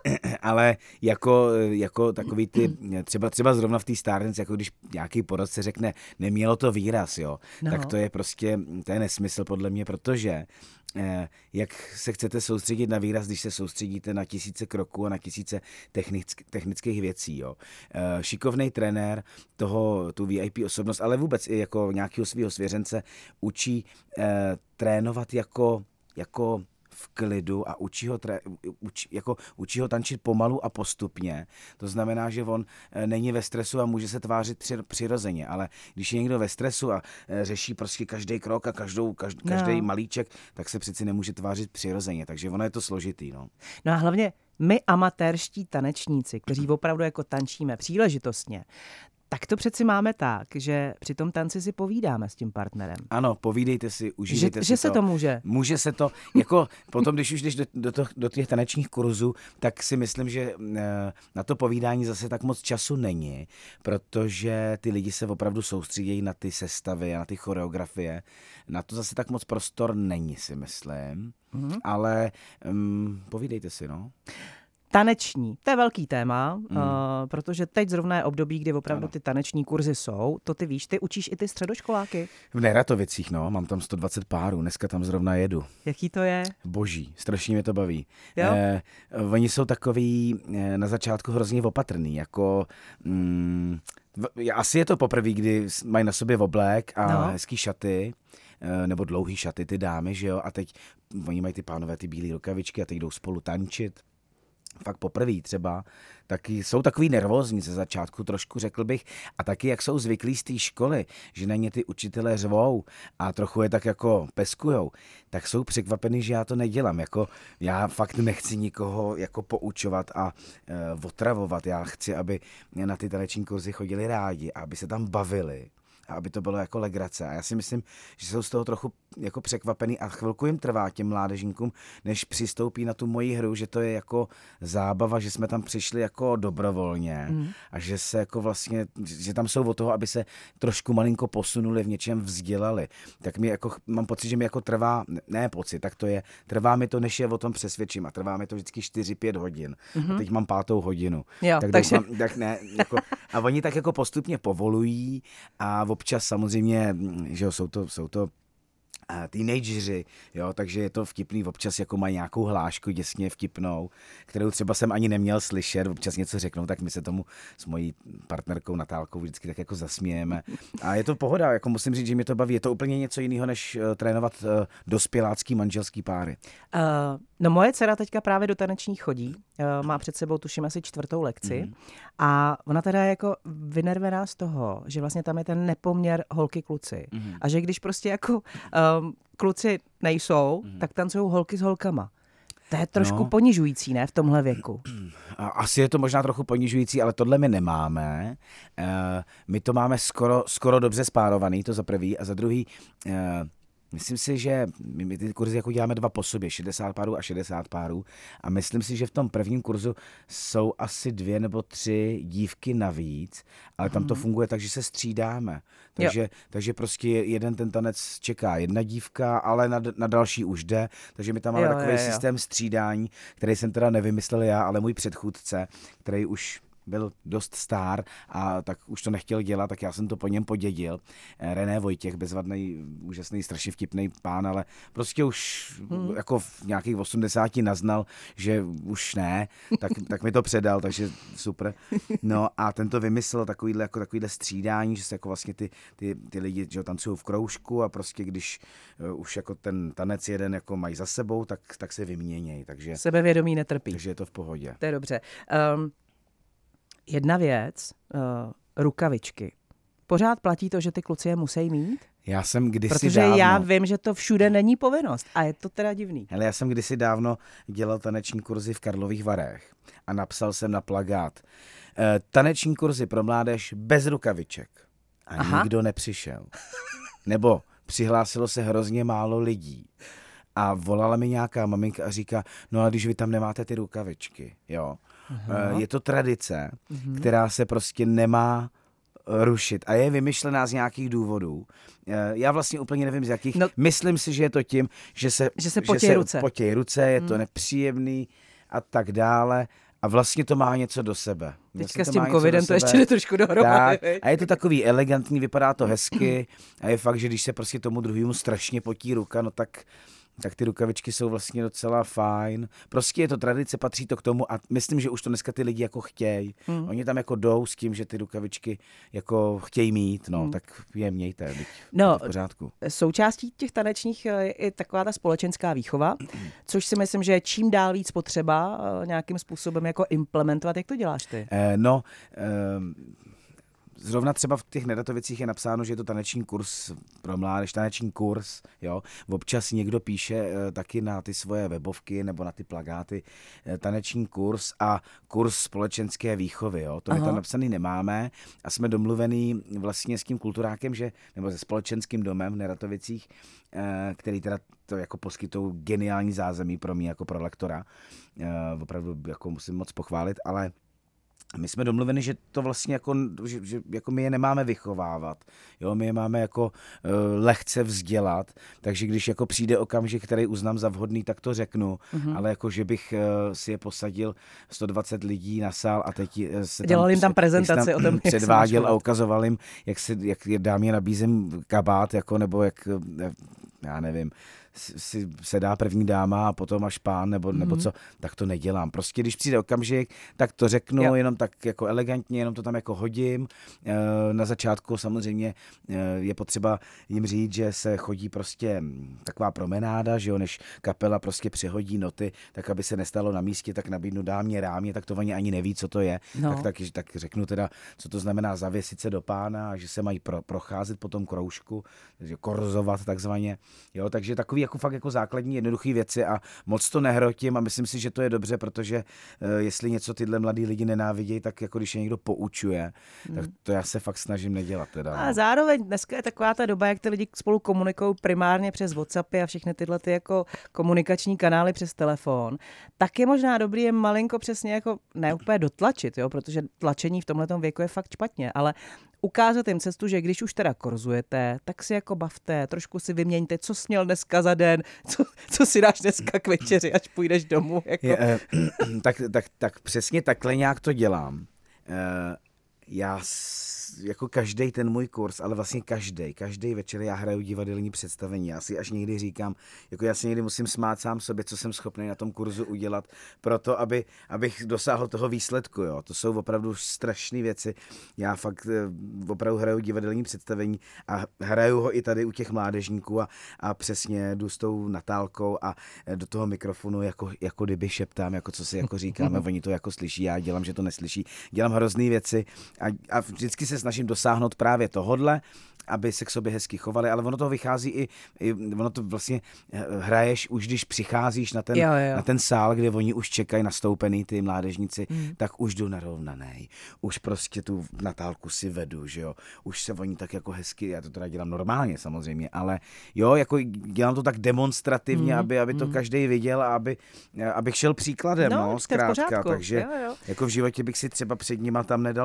ale jako, jako takový ty, třeba, třeba zrovna v té Stardance, jako když nějaký porodce řekne, nemělo to výraz, jo, No. tak to je prostě, to je nesmysl podle mě, protože eh, jak se chcete soustředit na výraz, když se soustředíte na tisíce kroků a na tisíce technick, technických věcí, jo. Eh, šikovnej trenér toho, tu V I P osobnost, ale vůbec i jako nějakého svého svěřence učí eh, trénovat jako, jako v klidu a učí ho, tré, učí, jako, učí ho tančit pomalu a postupně. To znamená, že on e, není ve stresu a může se tvářit při, přirozeně, ale když je někdo ve stresu a e, řeší prostě každý krok a každou, každ, No. každý malíček, tak se přeci nemůže tvářit přirozeně, takže ono je to složitý. No. No a hlavně my amatérští tanečníci, kteří opravdu jako tančíme příležitostně, tak to přeci máme tak, že při tom tanci si povídáme s tím partnerem. Ano, povídejte si, Že, užívejte si že se to může. Může se to, jako potom, když už jdeš do, do, to, do těch tanečních kurzů, tak si myslím, že e, na to povídání zase tak moc času není, protože ty lidi se opravdu soustředí na ty sestavy a na ty choreografie. Na to zase tak moc prostor není, si myslím, mm-hmm. ale um, povídejte si, no. Taneční, to je velký téma, Mm. uh, protože teď zrovna je období, kdy opravdu Ano. ty taneční kurzy jsou. To ty víš, ty učíš i ty středoškoláky. V Neratovicích, no, mám tam sto dvacet párů, dneska tam zrovna jedu. Jaký to je? Boží, strašně mě to baví. Jo? Eh, oni jsou takový eh, na začátku hrozně opatrný, jako mm, v, asi je to poprvé, kdy mají na sobě oblek a No. hezký šaty, eh, nebo dlouhý šaty ty dámy, že jo, a teď oni mají ty pánové ty bílé rukavičky a teď jdou spolu tančit. Fakt poprvé třeba, taky jsou takový nervózní ze začátku, trošku řekl bych, a taky jak jsou zvyklí z té školy, že na ně ty učitelé řvou a trochu je tak jako peskujou, tak jsou překvapený, že já to nedělám, jako já fakt nechci nikoho jako poučovat a e, otravovat, já chci, aby na ty taneční kurzy chodili rádi a aby se tam bavili. A aby to bylo jako legrace. A já si myslím, že jsou z toho trochu jako překvapený a chvilku jim trvá těm mládežníkům, než přistoupí na tu moji hru, že to je jako zábava, že jsme tam přišli jako dobrovolně mm. a že se jako vlastně, že tam jsou od toho, aby se trošku malinko posunuli, v něčem vzdělali. Tak mi jako, mám pocit, že mi jako trvá, ne pocit, tak to je, trvá mi to, než je o tom přesvědčím a trvá mi to vždycky čtyři pět hodin. Mm-hmm. A teď mám pátou hodinu. Jo, tak takže... doufám, tak ne, jako, a oni tak jako postupně povolují a občas samozřejmě, že jo, jsou to, jsou to teenageři, jo, takže je to vtipný, občas jako mají nějakou hlášku děsně vtipnou, kterou třeba jsem ani neměl slyšet, občas něco řeknou, tak my se tomu s mojí partnerkou Natálkou vždycky tak jako zasmějeme. A je to pohoda, jako musím říct, že mě to baví, je to úplně něco jiného, než uh, trénovat uh, dospělácký manželský páry. Uh, no moje dcera teďka právě do tanečních chodí, uh, má před sebou tuším asi čtvrtou lekci mm. a ona teda je jako vynervená z toho, že vlastně tam je ten nepoměr holky kluci mm. a že když prostě jako um, kluci nejsou, mm. tak tancují holky s holkama. To je trošku no. ponižující, ne, v tomhle věku. Asi je to možná trochu ponižující, ale tohle my nemáme. Uh, my to máme skoro, skoro dobře spárovaný, to za prvý, a za druhý, uh, myslím si, že my, my ty kurzy jako děláme dva po sobě, šedesát párů a šedesát párů, a myslím si, že v tom prvním kurzu jsou asi dvě nebo tři dívky navíc, ale tam to funguje tak, že se střídáme. Takže, takže prostě jeden ten tanec čeká jedna dívka, ale na, na další už jde, takže my tam máme jo, takový jo, jo. systém střídání, který jsem teda nevymyslel já, ale můj předchůdce, který už byl dost star a tak už to nechtěl dělat, tak já jsem to po něm podědil. René Vojtěch, bezvadný, úžasný, strašně vtipný pán, ale prostě už hmm. jako v nějakých osmdesáti naznal, že už ne, tak, tak mi to předal, takže super. No a ten to vymyslel takovýhle, jako takovýhle střídání, že se jako vlastně ty, ty, ty lidi, že tancují v kroužku a prostě když uh, už jako ten tanec jeden jako mají za sebou, tak, tak se vyměnějí. Takže sebevědomí netrpí. Takže je to v pohodě. To je dobře. Um, jedna věc, uh, rukavičky. Pořád platí to, že ty kluci je musí mít? Já jsem kdysi Protože dávno... já vím, že to všude není povinnost a je to teda divný. Hele, já jsem kdysi dávno dělal taneční kurzy v Karlových Varech a napsal jsem na plakát e, taneční kurzy pro mládež bez rukaviček. A Aha. nikdo nepřišel. Nebo přihlásilo se hrozně málo lidí. A volala mi nějaká maminka a říká, no a když vy tam nemáte ty rukavičky, jo. Aha. Je to tradice, mhm. která se prostě nemá rušit a je vymyšlená z nějakých důvodů. Já vlastně úplně nevím z jakých. No, myslím si, že je to tím, že se, že se potějí ruce. Potějí ruce, je to hmm. nepříjemný a tak dále. A vlastně to má něco do sebe. Teďka s tím covidem to ještě jde trošku dohromady. A je to takový elegantní, vypadá to hezky a je fakt, že když se prostě tomu druhému strašně potí ruka, no tak tak ty rukavičky jsou vlastně docela fajn. Prostě je to tradice, patří to k tomu a myslím, že už to dneska ty lidi jako chtějí. Hmm. Oni tam jako jdou s tím, že ty rukavičky jako chtějí mít, no, hmm. tak je mějte, byť no, je to v pořádku. Součástí těch tanečních je i taková ta společenská výchova, což si myslím, že je čím dál víc potřeba nějakým způsobem jako implementovat. Jak to děláš ty? Eh, no, eh, Zrovna třeba v těch Neratovicích je napsáno, že je to taneční kurz pro mládež, taneční kurz, jo. Občas někdo píše e, taky na ty svoje webovky nebo na ty plakáty e, taneční kurz a kurz společenské výchovy, jo. To Aha. my tam napsaný nemáme a jsme domluvený vlastně s tím kulturákem, že, nebo se společenským domem v Neratovicích, e, který teda to jako poskytou geniální zázemí pro mě jako pro lektora. E, opravdu jako musím moc pochválit, ale my jsme domluveni, že to vlastně jako, že, že jako my je nemáme vychovávat, jo, my je máme jako uh, lehce vzdělat, takže když jako přijde okamžik, který uznám za vhodný, tak to řeknu, mm-hmm. ale jako, že bych uh, si je posadil sto dvacet lidí na sál a teď uh, se tam... Dělal jim tam prezentaci tam, o tom, předváděl a ukazoval jim, jak, se, jak dám je nabízím kabát, jako, nebo jak, já nevím, si sedá první dáma a potom až pán, nebo, mm-hmm. nebo co, tak to nedělám. Prostě když přijde okamžik, tak to řeknu, jo. jenom tak jako elegantně, jenom to tam jako hodím. Na začátku samozřejmě je potřeba jim říct, že se chodí prostě taková promenáda, že jo, než kapela prostě přehodí noty, tak aby se nestalo na místě, tak nabídnu dámě rámě, tak to oni ani neví, co to je. No. Tak, tak, tak řeknu teda, co to znamená zavěsit se do pána, že se mají pro, procházet po tom kroužku, že korzovat takzvaně. Jo, takže takový jako fakt jako základní jednoduché věci a moc to nehrotím a myslím si, že to je dobře, protože uh, jestli něco tyhle mladí lidi nenávidějí, tak jako když je někdo poučuje, hmm. tak to já se fakt snažím nedělat teda. A zároveň dneska je taková ta doba, jak ty lidi spolu komunikují primárně přes WhatsAppy a všechny tyhle ty jako komunikační kanály přes telefon, tak je možná dobrý je malinko přesně jako ne úplně dotlačit, jo, protože tlačení v tomhletom věku je fakt špatně, ale ukázat jim cestu, že když už teda korzujete, tak si jako bavte, trošku si vyměňte, co jsi měl dneska za den, co, co si dáš dneska k večeři, až půjdeš domů. Jako. Je, eh, tak, tak, tak přesně takhle nějak to dělám. Eh, já jako každý ten můj kurz, ale vlastně každý, každý večer já hraju divadelní představení. Já si až někdy říkám, jako já si někdy musím smát sám sobě, co jsem schopný na tom kurzu udělat, proto, aby, abych dosáhl toho výsledku. Jo. To jsou opravdu strašné věci. Já fakt opravdu hraju divadelní představení a hraju ho i tady u těch mládežníků a, a přesně jdu s tou Natálkou a do toho mikrofonu jako, jako kdyby šeptám, jako co si jako říkáme, oni to jako slyší, já dělám, že to neslyší. Dělám hrozný věci a, a vždycky se snažím dosáhnout právě tohodle, aby se k sobě hezky chovali, ale ono to vychází i, i ono to vlastně hraješ už, když přicházíš na ten, jo, jo. na ten sál, kde oni už čekají nastoupený ty mládežníci, mm. tak už jdu narovnanej. Už prostě tu Natálku si vedu, že jo. Už se oni tak jako hezky, já to teda dělám normálně samozřejmě, ale jo, jako dělám to tak demonstrativně, mm. aby, aby to mm. každý viděl a aby, abych šel příkladem, no, no zkrátka. Takže jo, jo. jako v životě bych si třeba před nima tam nedal pivo,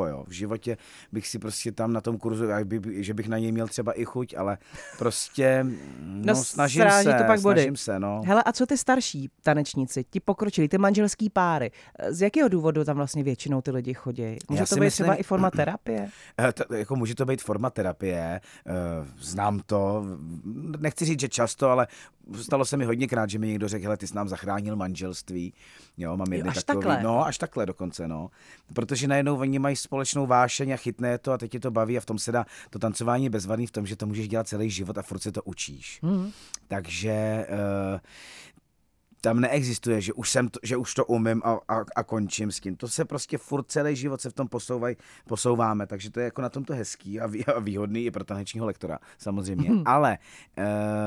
jo. V životě bych si prostě tam na tom kurzu, že bych na něj měl třeba i chuť, ale prostě no, no, snažím se, to pak snažím se, no. Hele, a co ty starší tanečníci, ti pokročili, ty manželský páry, z jakého důvodu tam vlastně většinou ty lidi chodí? Může Já to si být myslím- třeba i forma terapie? To, jako může to být forma terapie, znám to, nechci říct, že často, ale stalo se mi hodněkrát, že mi někdo řekl, hele, ty jsi nám zachránil manželství, jo, mám jedny až takový, takhle? no, až takhle dokonce, no, protože najednou oni mají společnou vášeň a chytne to a teď tě to baví a v tom se dá to tancování bezvadný v tom, že to můžeš dělat celý život a furt se to učíš. Hmm. Takže uh, tam neexistuje, že už, jsem to, že už to umím a, a, a končím s tím. To se prostě furt celý život se v tom posouvaj, posouváme, takže to je jako na tom to hezký a, vý, a výhodný i pro tanečního lektora, samozřejmě. Hmm. Ale uh,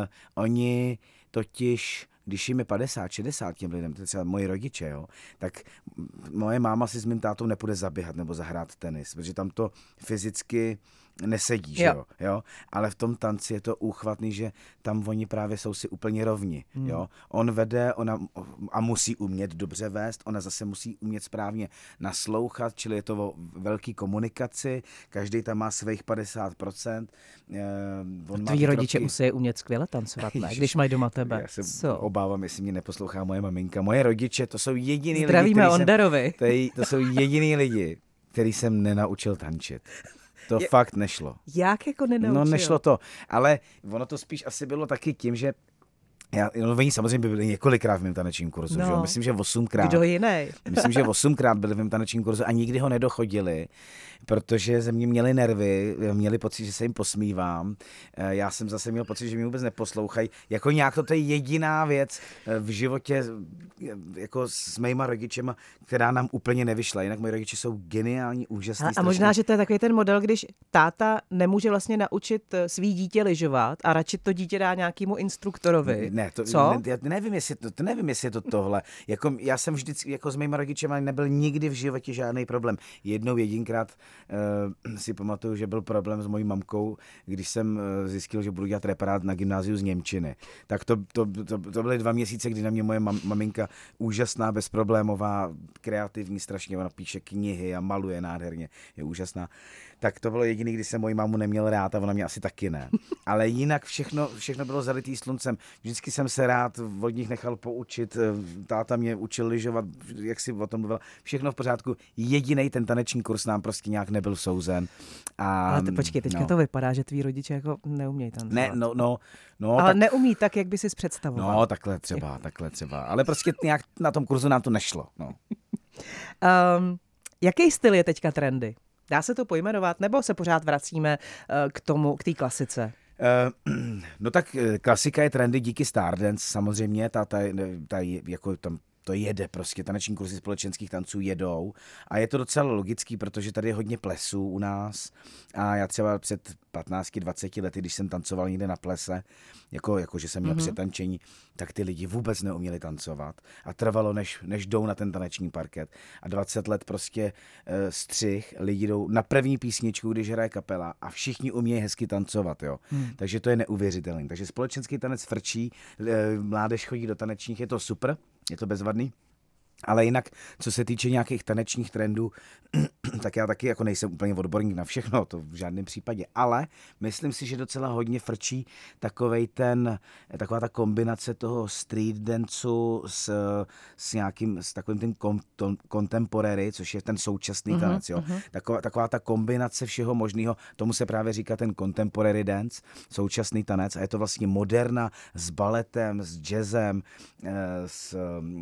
oni totiž, když jim je padesát, šedesát těm lidem, to je třeba moji rodiče, jo, tak moje máma si s mým tátou nepůjde zaběhat nebo zahrát tenis, protože tam to fyzicky nesedí, že jo. jo, ale v tom tanci je to úchvatný, že tam oni právě jsou si úplně rovni, hmm. jo. On vede, ona a musí umět dobře vést, ona zase musí umět správně naslouchat, čili je to o velký komunikaci, každý tam má svých padesát procent. On Tví rodiče kroky... musí umět skvěle tancovat, ne? Když mají doma tebe. Já se Co? obávám, jestli mě neposlouchá moje maminka. Moje rodiče, to jsou jediný Zdravíme lidi, Onderovi. Jsem, to jsou jediný lidi, který jsem nenaučil tančit. To je, fakt nešlo. Jak jako nenaučil? No nešlo to, ale ono to spíš asi bylo taky tím, že já, no oni samozřejmě byli několikrát v mém tanečním kurzu, no. Že? Myslím, že osmkrát. Kdo jiný? Myslím, že osmkrát byli v mém tanečním kurzu a nikdy ho nedochodili, protože ze mě měli nervy, měli pocit, že se jim posmívám. Já jsem zase měl pocit, že mě vůbec neposlouchají. Jako nějak to, to je jediná věc v životě jako s mýma rodičema, která nám úplně nevyšla. Jinak moji rodiče jsou geniální, úžasní. A možná, že to je takový ten model, když táta nemůže vlastně naučit svý dítě lyžovat a radši to dítě dá nějakému instruktorovi. Ne, to, Co? Ne, já nevím, jestli to, to nevím, jestli je to tohle. Jako, já jsem vždycky, jako s mýma rodičema nebyl nikdy v životě žádný problém. Jednou jedinkrát uh, si pamatuju, že byl problém s mojí mamkou, když jsem uh, zjistil, že budu dělat reparát na gymnáziu z němčiny. Tak to, to, to, to byly dva měsíce, kdy na mě moje mam, maminka úžasná, bezproblémová, kreativní, strašně, ona píše knihy a maluje nádherně, je úžasná. Tak to bylo jediný, kdy jsem moji mámu neměl rád a ona mě asi taky ne. Ale jinak všechno, všechno bylo zalitý sluncem. Vždycky jsem se rád od nich nechal poučit, táta mě učil lyžovat, jak si o tom mluvil, všechno v pořádku. Jedinej ten taneční kurz nám prostě nějak nebyl souzen. A, ale to, počkej, teďka no. to vypadá, že tví rodiče jako neumějí tancovat. Ne, no, no, no. Ale tak, neumí tak, jak by si představoval. No, takhle třeba, takhle třeba. Ale prostě nějak na tom kurzu nám to nešlo. No. um, jaký styl je teďka trendy? Dá se to pojmenovat, nebo se pořád vracíme uh, k tomu, k té klasice? Uh, no tak klasika je trendy díky Stardance, samozřejmě, ta, ta, ta jako tam to jede prostě, taneční kurzy společenských tanců jedou a je to docela logický, protože tady je hodně plesů u nás a já třeba před patnácti dvaceti lety, když jsem tancoval někde na plese, jako, jako že jsem měl mm-hmm. přetančení, tak ty lidi vůbec neuměli tancovat a trvalo, než, než jdou na ten taneční parket a dvacet let prostě e, střih, lidi jdou na první písničku, když hraje kapela a všichni umějí hezky tancovat, jo. Mm. Takže to je neuvěřitelné. Takže společenský tanec frčí, e, mládež chodí do tanečních, je to super, je to bezvadný. Ale jinak, co se týče nějakých tanečních trendů, tak já taky jako nejsem úplně odborník na všechno, to v žádném případě, ale myslím si, že docela hodně frčí takovej ten, taková ta kombinace toho street danceu s, s nějakým, s takovým tím contemporary, což je ten současný tanec, jo. Uh-huh. Taková, taková ta kombinace všeho možného, tomu se právě říká ten contemporary dance, současný tanec a je to vlastně moderna s baletem, s jazzem, s,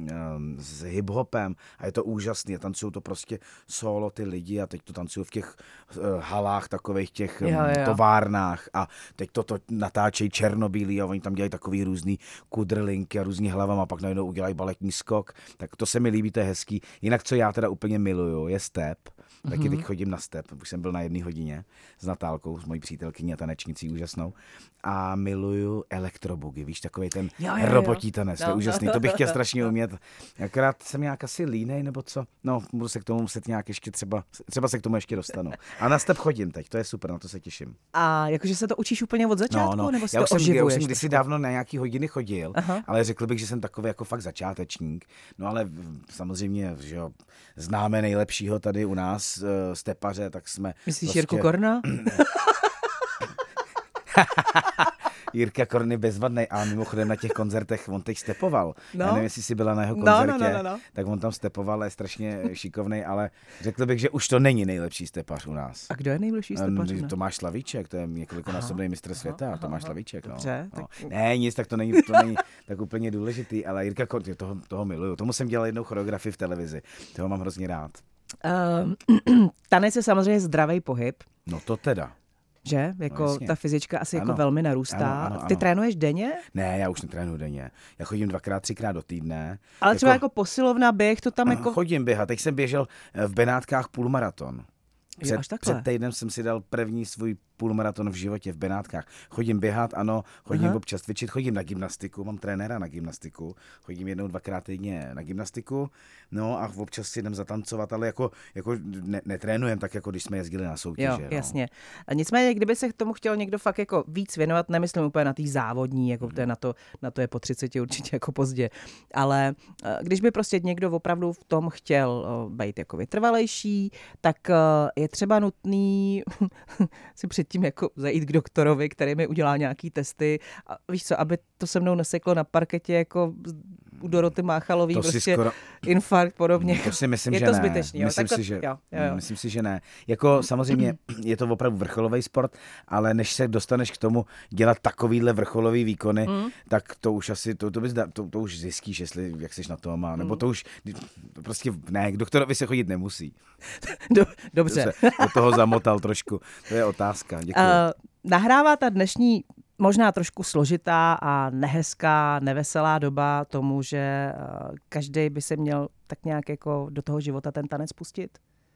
s hip hip-hopem a je to úžasný. Tancují to prostě solo ty lidi a teď to tancují v těch uh, halách, takových těch um, jo, jo. továrnách a teď to, to natáčejí černobílí a oni tam dělají takový různý kudrlinky a různý hlavama a pak najednou udělají baletní skok. Tak to se mi líbí, to je hezký. Jinak, co já teda úplně miluju, je step. Taky mm-hmm. teď chodím na step, už jsem byl na jedné hodině s Natálkou, s mojí přítelkyní a tanečnicí úžasnou. A miluju elektrobugy, víš, takový ten jo, jo, robotí tanec, no. To je úžasný, to bych chtěl strašně umět. Akorát jsem nějak asi línej, nebo co? No, budu se k tomu muset nějak ještě třeba, třeba se k tomu ještě dostanu. A na step chodím teď, to je super, na to se těším. A jakože se to učíš úplně od začátku, no, no. nebo si já to už jsem, oživuješ? Já už jsem kdysi dávno na nějaký hodiny chodil, aha. ale řekl bych, že jsem takový jako fakt začátečník. No ale samozřejmě, že jo, známe nejlepšího tady u nás, uh, stepaře, tak jsme... Myslíš prostě... Jirku Korna? Jirka Korny bezvadnej a mimochodem na těch koncertech on teď stepoval. No. Já nevím, jestli jsi byla na jeho koncertě, no, no, no, no, no. tak on tam stepoval, je strašně šikovnej, ale řekl bych, že už to není nejlepší stepař u nás. A kdo je nejlepší stepař? Um, Tomáš Slavíček, to je několikonásobný mistr světa, aha, Tomáš aha, Slavíček. No. Dobře, no. tak... Ne, nic, tak to není, to není tak úplně důležitý, ale Jirka Korny, toho, toho miluju. Tomu jsem dělal jednou choreografii v televizi, toho mám hrozně rád. Uh, tanec je samozřejmě zdravý pohyb. No to teda. Že? Jako no, ta fyzička asi ano. jako velmi narůstá. Ano, ano, ano. Ty trénuješ denně? Ne, já už netrénuji denně. Já chodím dvakrát, třikrát do týdne. Ale třeba jako, jako posilovna, běh, to tam jako... Chodím běhat. Teď jsem běžel v Benátkách půlmaraton. Před, jo, až takhle. před týdnem jsem si dal první svůj půlmaraton v životě v Benátkách. Chodím běhat, ano, chodím aha. občas cvičit, chodím na gymnastiku, mám trenéra na gymnastiku, chodím jednou, dvakrát týdně na gymnastiku, no a občas si jdem zatancovat, ale jako, jako ne, netrénujem tak, jako když jsme jezdili na soutěže. Jo, no. jasně. A nicméně, kdyby se k tomu chtěl někdo fakt jako víc věnovat, nemyslím úplně na tý závodní, jako to je na to, na to je po třiceti určitě jako pozdě, ale když by prostě někdo opravdu v tom chtěl být jako vytrvalejší, tak je třeba nutný si předtím jako zajít k doktorovi, který mi udělá nějaký testy a víš co, aby to se mnou neseklo na parketě jako u Doroty Máchalový, to prostě skoro... infarkt podobně. To si myslím, je že to ne. zbytečný. Jo? Myslím, Takhle... si, že... jo, jo, jo. myslím si, že ne. Jako samozřejmě je to opravdu vrcholový sport, ale než se dostaneš k tomu dělat takovýhle vrcholový výkony, mm. tak to už asi, to, to, bys, to, to už zjistíš, jestli, jak jsi na tom má, nebo to už prostě ne, k doktorovi se chodit nemusí. Do, dobře. To se do toho zamotal trošku. To je otázka. Děkuji. Uh, nahrává ta dnešní možná trošku složitá a nehezká, neveselá doba tomu, že každý by se měl tak nějak jako do toho života ten tanec pustit?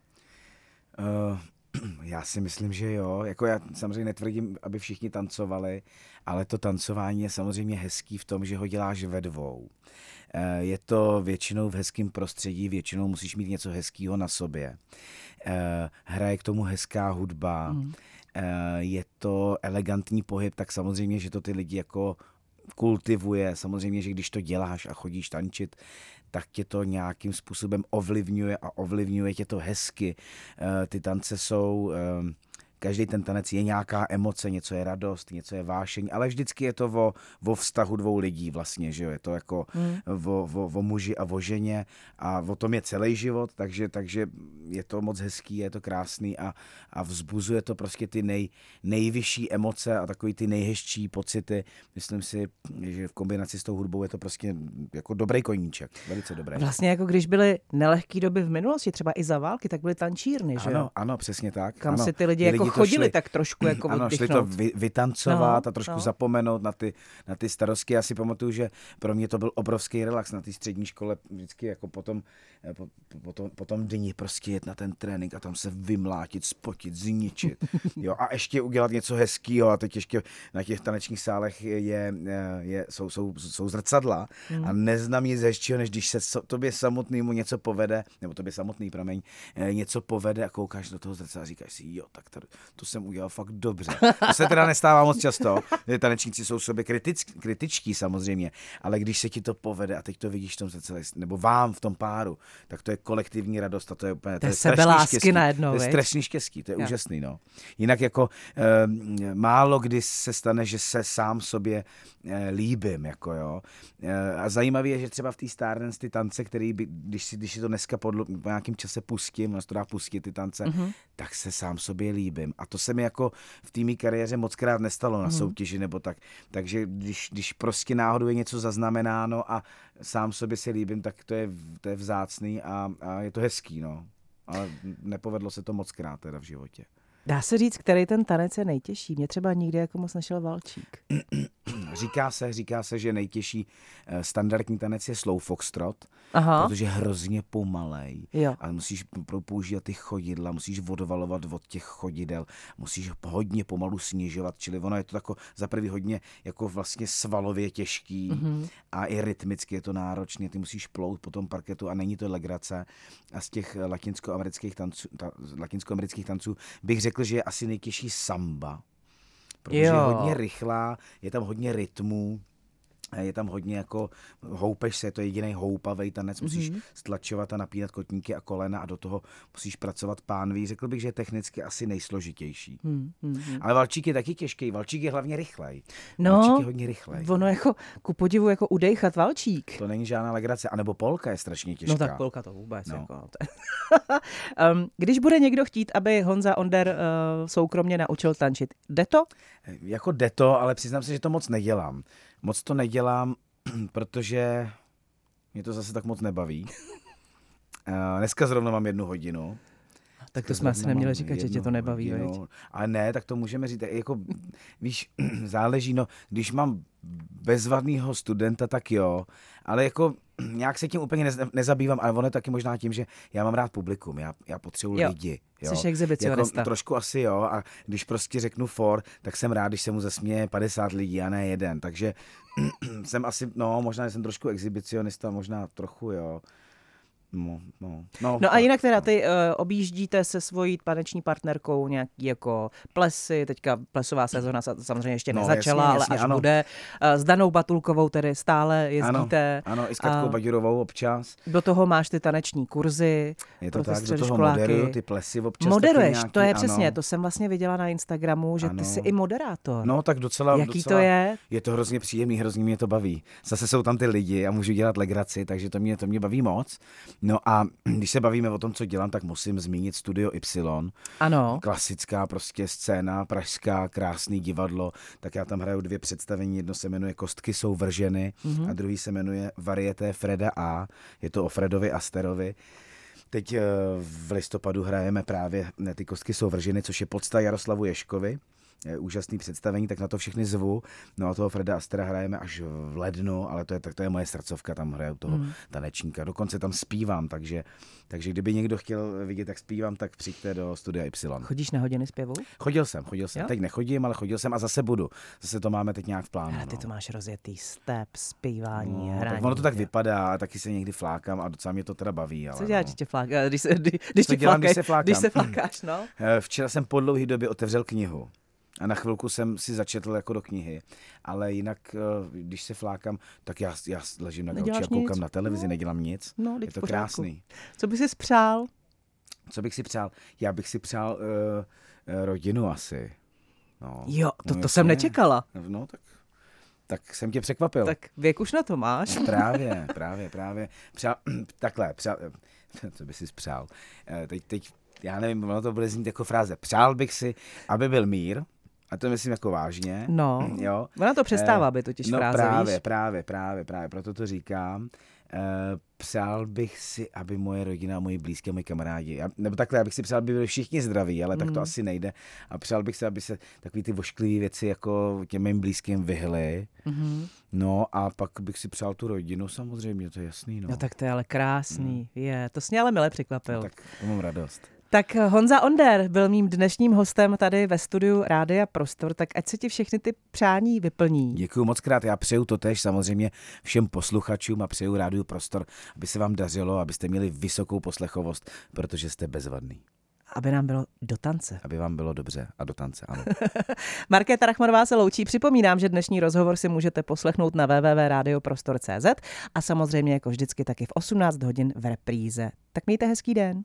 Uh, já si myslím, že jo. Jako já samozřejmě netvrdím, aby všichni tancovali, ale to tancování je samozřejmě hezký v tom, že ho děláš ve dvou. Uh, je to většinou v hezkém prostředí, většinou musíš mít něco hezkého na sobě. Uh, hraje k tomu hezká hudba, mm. Je to elegantní pohyb, tak samozřejmě, že to ty lidi jako kultivuje. Samozřejmě, že když to děláš a chodíš tančit, tak tě to nějakým způsobem ovlivňuje a ovlivňuje tě to hezky. Ty tance jsou... Každý ten tanec je nějaká emoce, něco je radost, něco je vášeň, ale vždycky je to o, o vztahu dvou lidí vlastně, že jo, je to jako mm. o, o, o muži a o ženě a o tom je celý život, takže, takže je to moc hezký, je to krásný a, a vzbuzuje to prostě ty nej, nejvyšší emoce a takový ty nejhezčí pocity. Myslím si, že v kombinaci s tou hudbou je to prostě jako dobrý koníček, velice dobrý. Vlastně jako když byly nelehké doby v minulosti, třeba i za války, tak byly tančírny, že jo? Ano, ano, přesně tak. Kam ano. si ty lidi, ty jako lidi chodili šli, tak trošku jako ano, oddychnout. šli to vy, vytancovat no, a trošku no. zapomenout na ty, na ty starosti. Já si pamatuju, že pro mě to byl obrovský relax na té střední škole. Vždycky jako potom, po, po, tom, po tom dni prostě jet na ten trénink a tam se vymlátit, spotit, zničit. Jo, a ještě udělat něco hezkýho. A teď ještě na těch tanečních sálech je, je, je, jsou, jsou, jsou zrcadla hmm. a neznám nic hezčího, než když se so, tobě samotnému něco povede, nebo tobě samotný, promiň, něco povede a koukáš do toho zrcadla a říkáš si, jo, tak to, to jsem udělal fakt dobře. To se teda nestává moc často, tanečníci jsou sobě kritič, kritičtí samozřejmě, ale když se ti to povede a teď to vidíš v tom zrcadle, nebo vám v tom páru, tak to je kolektivní radost a to je úplně to je sebelásky najednou, to je strašný štěstí, to je jo. úžasný, no. Jinak jako e, málo kdy se stane, že se sám sobě e, líbím, jako jo. E, a zajímavé je, že třeba v té Stardance ty tance, který by, když si, když si to dneska po, po nějakém čase pustím, nás to dá pustit ty tance, mm-hmm. tak se sám sobě líbím. A to se mi jako v té mý kariéře mockrát nestalo na mm-hmm. soutěži nebo tak. Takže když, když prostě náhodou je něco zaznamenáno a sám sobě se líbím, tak to je, to je vzácný a, a je to hezký, no. Ale nepovedlo se to mockrát teda v životě. Dá se říct, který ten tanec je nejtěžší? Mě třeba nikdy jako moc nešel valčík. Říká se, říká se, že nejtěžší standardní tanec je slow foxtrot, aha. protože je hrozně pomalej. Jo. Ale musíš používat ty chodidla, musíš odvalovat od těch chodidel, musíš hodně pomalu snižovat, čili ono je to tako, za prvý hodně jako vlastně svalově těžký mm-hmm. a i rytmicky je to náročné, ty musíš plout po tom parketu a není to legrace. A z těch latinskoamerických tanců, ta, latinskoamerických tanců bych řekl, že je asi nejtěžší samba, protože jo. je hodně rychlá, je tam hodně rytmů je tam hodně jako houpeš se, je to jediný houpavej tanec, musíš mm-hmm. stlačovat a napínat kotníky a kolena a do toho musíš pracovat pánví. Řekl bych, že je technicky asi nejsložitější. Mm-hmm. Ale valčík je taky těžký, valčík je hlavně rychlej. No, valčík je hodně rychlej. Ono jako ku podivu jako udejchat valčík. To není žádná legrace, anebo polka je strašně těžká. No tak polka to vůbec. No. Jako, um, když bude někdo chtít, aby Honza Onder uh, soukromně naučil tančit, jde to? Jako jde to, ale přiznám se, že to moc nedělám. Moc to nedělám, protože mě to zase tak moc nebaví. Uh, dneska zrovna mám jednu hodinu. Tak to jsme asi neměli říkat, že tě to nebaví, veď? Ale ne, tak to můžeme říct. Jako, víš, záleží, no, když mám bezvadného studenta, tak jo, ale jako nějak se tím úplně nez, nezabývám, ale ono je taky možná tím, že já mám rád publikum, já, já potřebuji jo, lidi. Jo. Jsi exhibicionista. Jako, trošku asi jo, a když prostě řeknu for, tak jsem rád, když se mu zasměje padesát lidí a ne jeden, takže jsem asi, no, možná jsem trošku exhibicionista, možná trochu, jo. No, no, no, no a jinak teda ty uh, objíždíte se svojí taneční partnerkou nějaký jako plesy, teďka plesová sezona samozřejmě ještě no, nezačala, jasně, jasně, ale až ano. bude. Uh, s Danou Batulkovou tedy stále jezdíte. Ano, ano i s Katkou Baďurovou občas. Do toho máš ty taneční kurzy. Je to tak, do toho moderuju ty plesy občas. Moderuješ, nějaký, to je ano. přesně, to jsem vlastně viděla na Instagramu, že ano. ty jsi i moderátor. No tak docela. Jaký docela, to je? Je to hrozně příjemný, hrozně mě to baví. Zase jsou tam ty lidi a můžu dělat legraci, takže to mě, to mě baví moc. No a když se bavíme o tom, co dělám, tak musím zmínit Studio Y. Ano. Klasická prostě scéna, pražská, krásný divadlo. Tak já tam hraju dvě představení. Jedno se jmenuje Kostky jsou vrženy mm-hmm. a druhý se jmenuje Varieté Freda A. Je to o Fredovi Asterovi. Teď v listopadu hrajeme právě Ty kostky jsou vrženy, což je podsta Jaroslavu Ježkovi. Je úžasný představení, tak na to všechny zvu. No a toho Freda Astera hrajeme až v lednu, ale to je, tak to je moje srdcovka, tam hraju toho hmm. tanečníka. Dokonce tam zpívám, takže, takže kdyby někdo chtěl vidět, jak zpívám, tak přijďte do Studia Y. Chodíš na hodiny zpěvu? Chodil jsem, chodil jsem. Jo? Teď nechodím, ale chodil jsem a zase budu. Zase to máme teď nějak v plánu. A ty no. to máš rozjetý step, zpívání, no, hraní. Tak ono to tak vypadá, a taky se někdy flákám a docela mě to teda baví. Ale co děláš, no. když tě flákáš? Když, se, když, když, dělám, když se flákám. Když se flákáš, no. Včera jsem po dlouhé době otevřel knihu. A na chvilku jsem si začetl jako do knihy, ale jinak, když se flákám, tak já, já ležím na gauči a koukám nic. Na televizi, no. Nedělám nic. No, je to krásný. Co bys si přál? Co bych si přál? Já bych si přál uh, rodinu asi. No, jo, to, no, to jsem nečekala. No, tak, tak jsem tě překvapil. Tak věk už na to máš. Právě, právě, právě. Přál, takhle, přál, co bys si přál? Teď, teď, já nevím, ono to bude znít jako fráze. Přál bych si, aby byl mír. A to myslím jako vážně. No, jo. Ona to přestává být totiž no, fráze, právě, víš? právě, právě, právě, proto to říkám. E, přál bych si, aby moje rodina, moji blízké, moji kamarádi, já, nebo takhle, abych si přál, aby byli všichni zdraví, ale mm. tak to asi nejde. A přál bych si, aby se takový ty vošklivé věci jako těm mým blízkým vyhly. Mm-hmm. No a pak bych si přál tu rodinu, samozřejmě, to je jasný. No, no tak to je ale krásný, mm. je, to jsi mě ale mile překvapil. No, tak to mám radost. Tak Honza Onder byl mým dnešním hostem tady ve studiu Rádia Prostor, tak ať se ti všechny ty přání vyplní. Děkuju moc krát, já přeju to též samozřejmě všem posluchačům a přeju Rádiu Prostor, aby se vám dařilo, abyste měli vysokou poslechovost, protože jste bezvadný. Aby nám bylo do tance. Aby vám bylo dobře a do tance, ano. Markéta Rachmanová se loučí. Připomínám, že dnešní rozhovor si můžete poslechnout na w w w tečka radioprostor tečka c z a samozřejmě jako vždycky taky v osmnáct hodin v repríze. Tak mějte hezký den.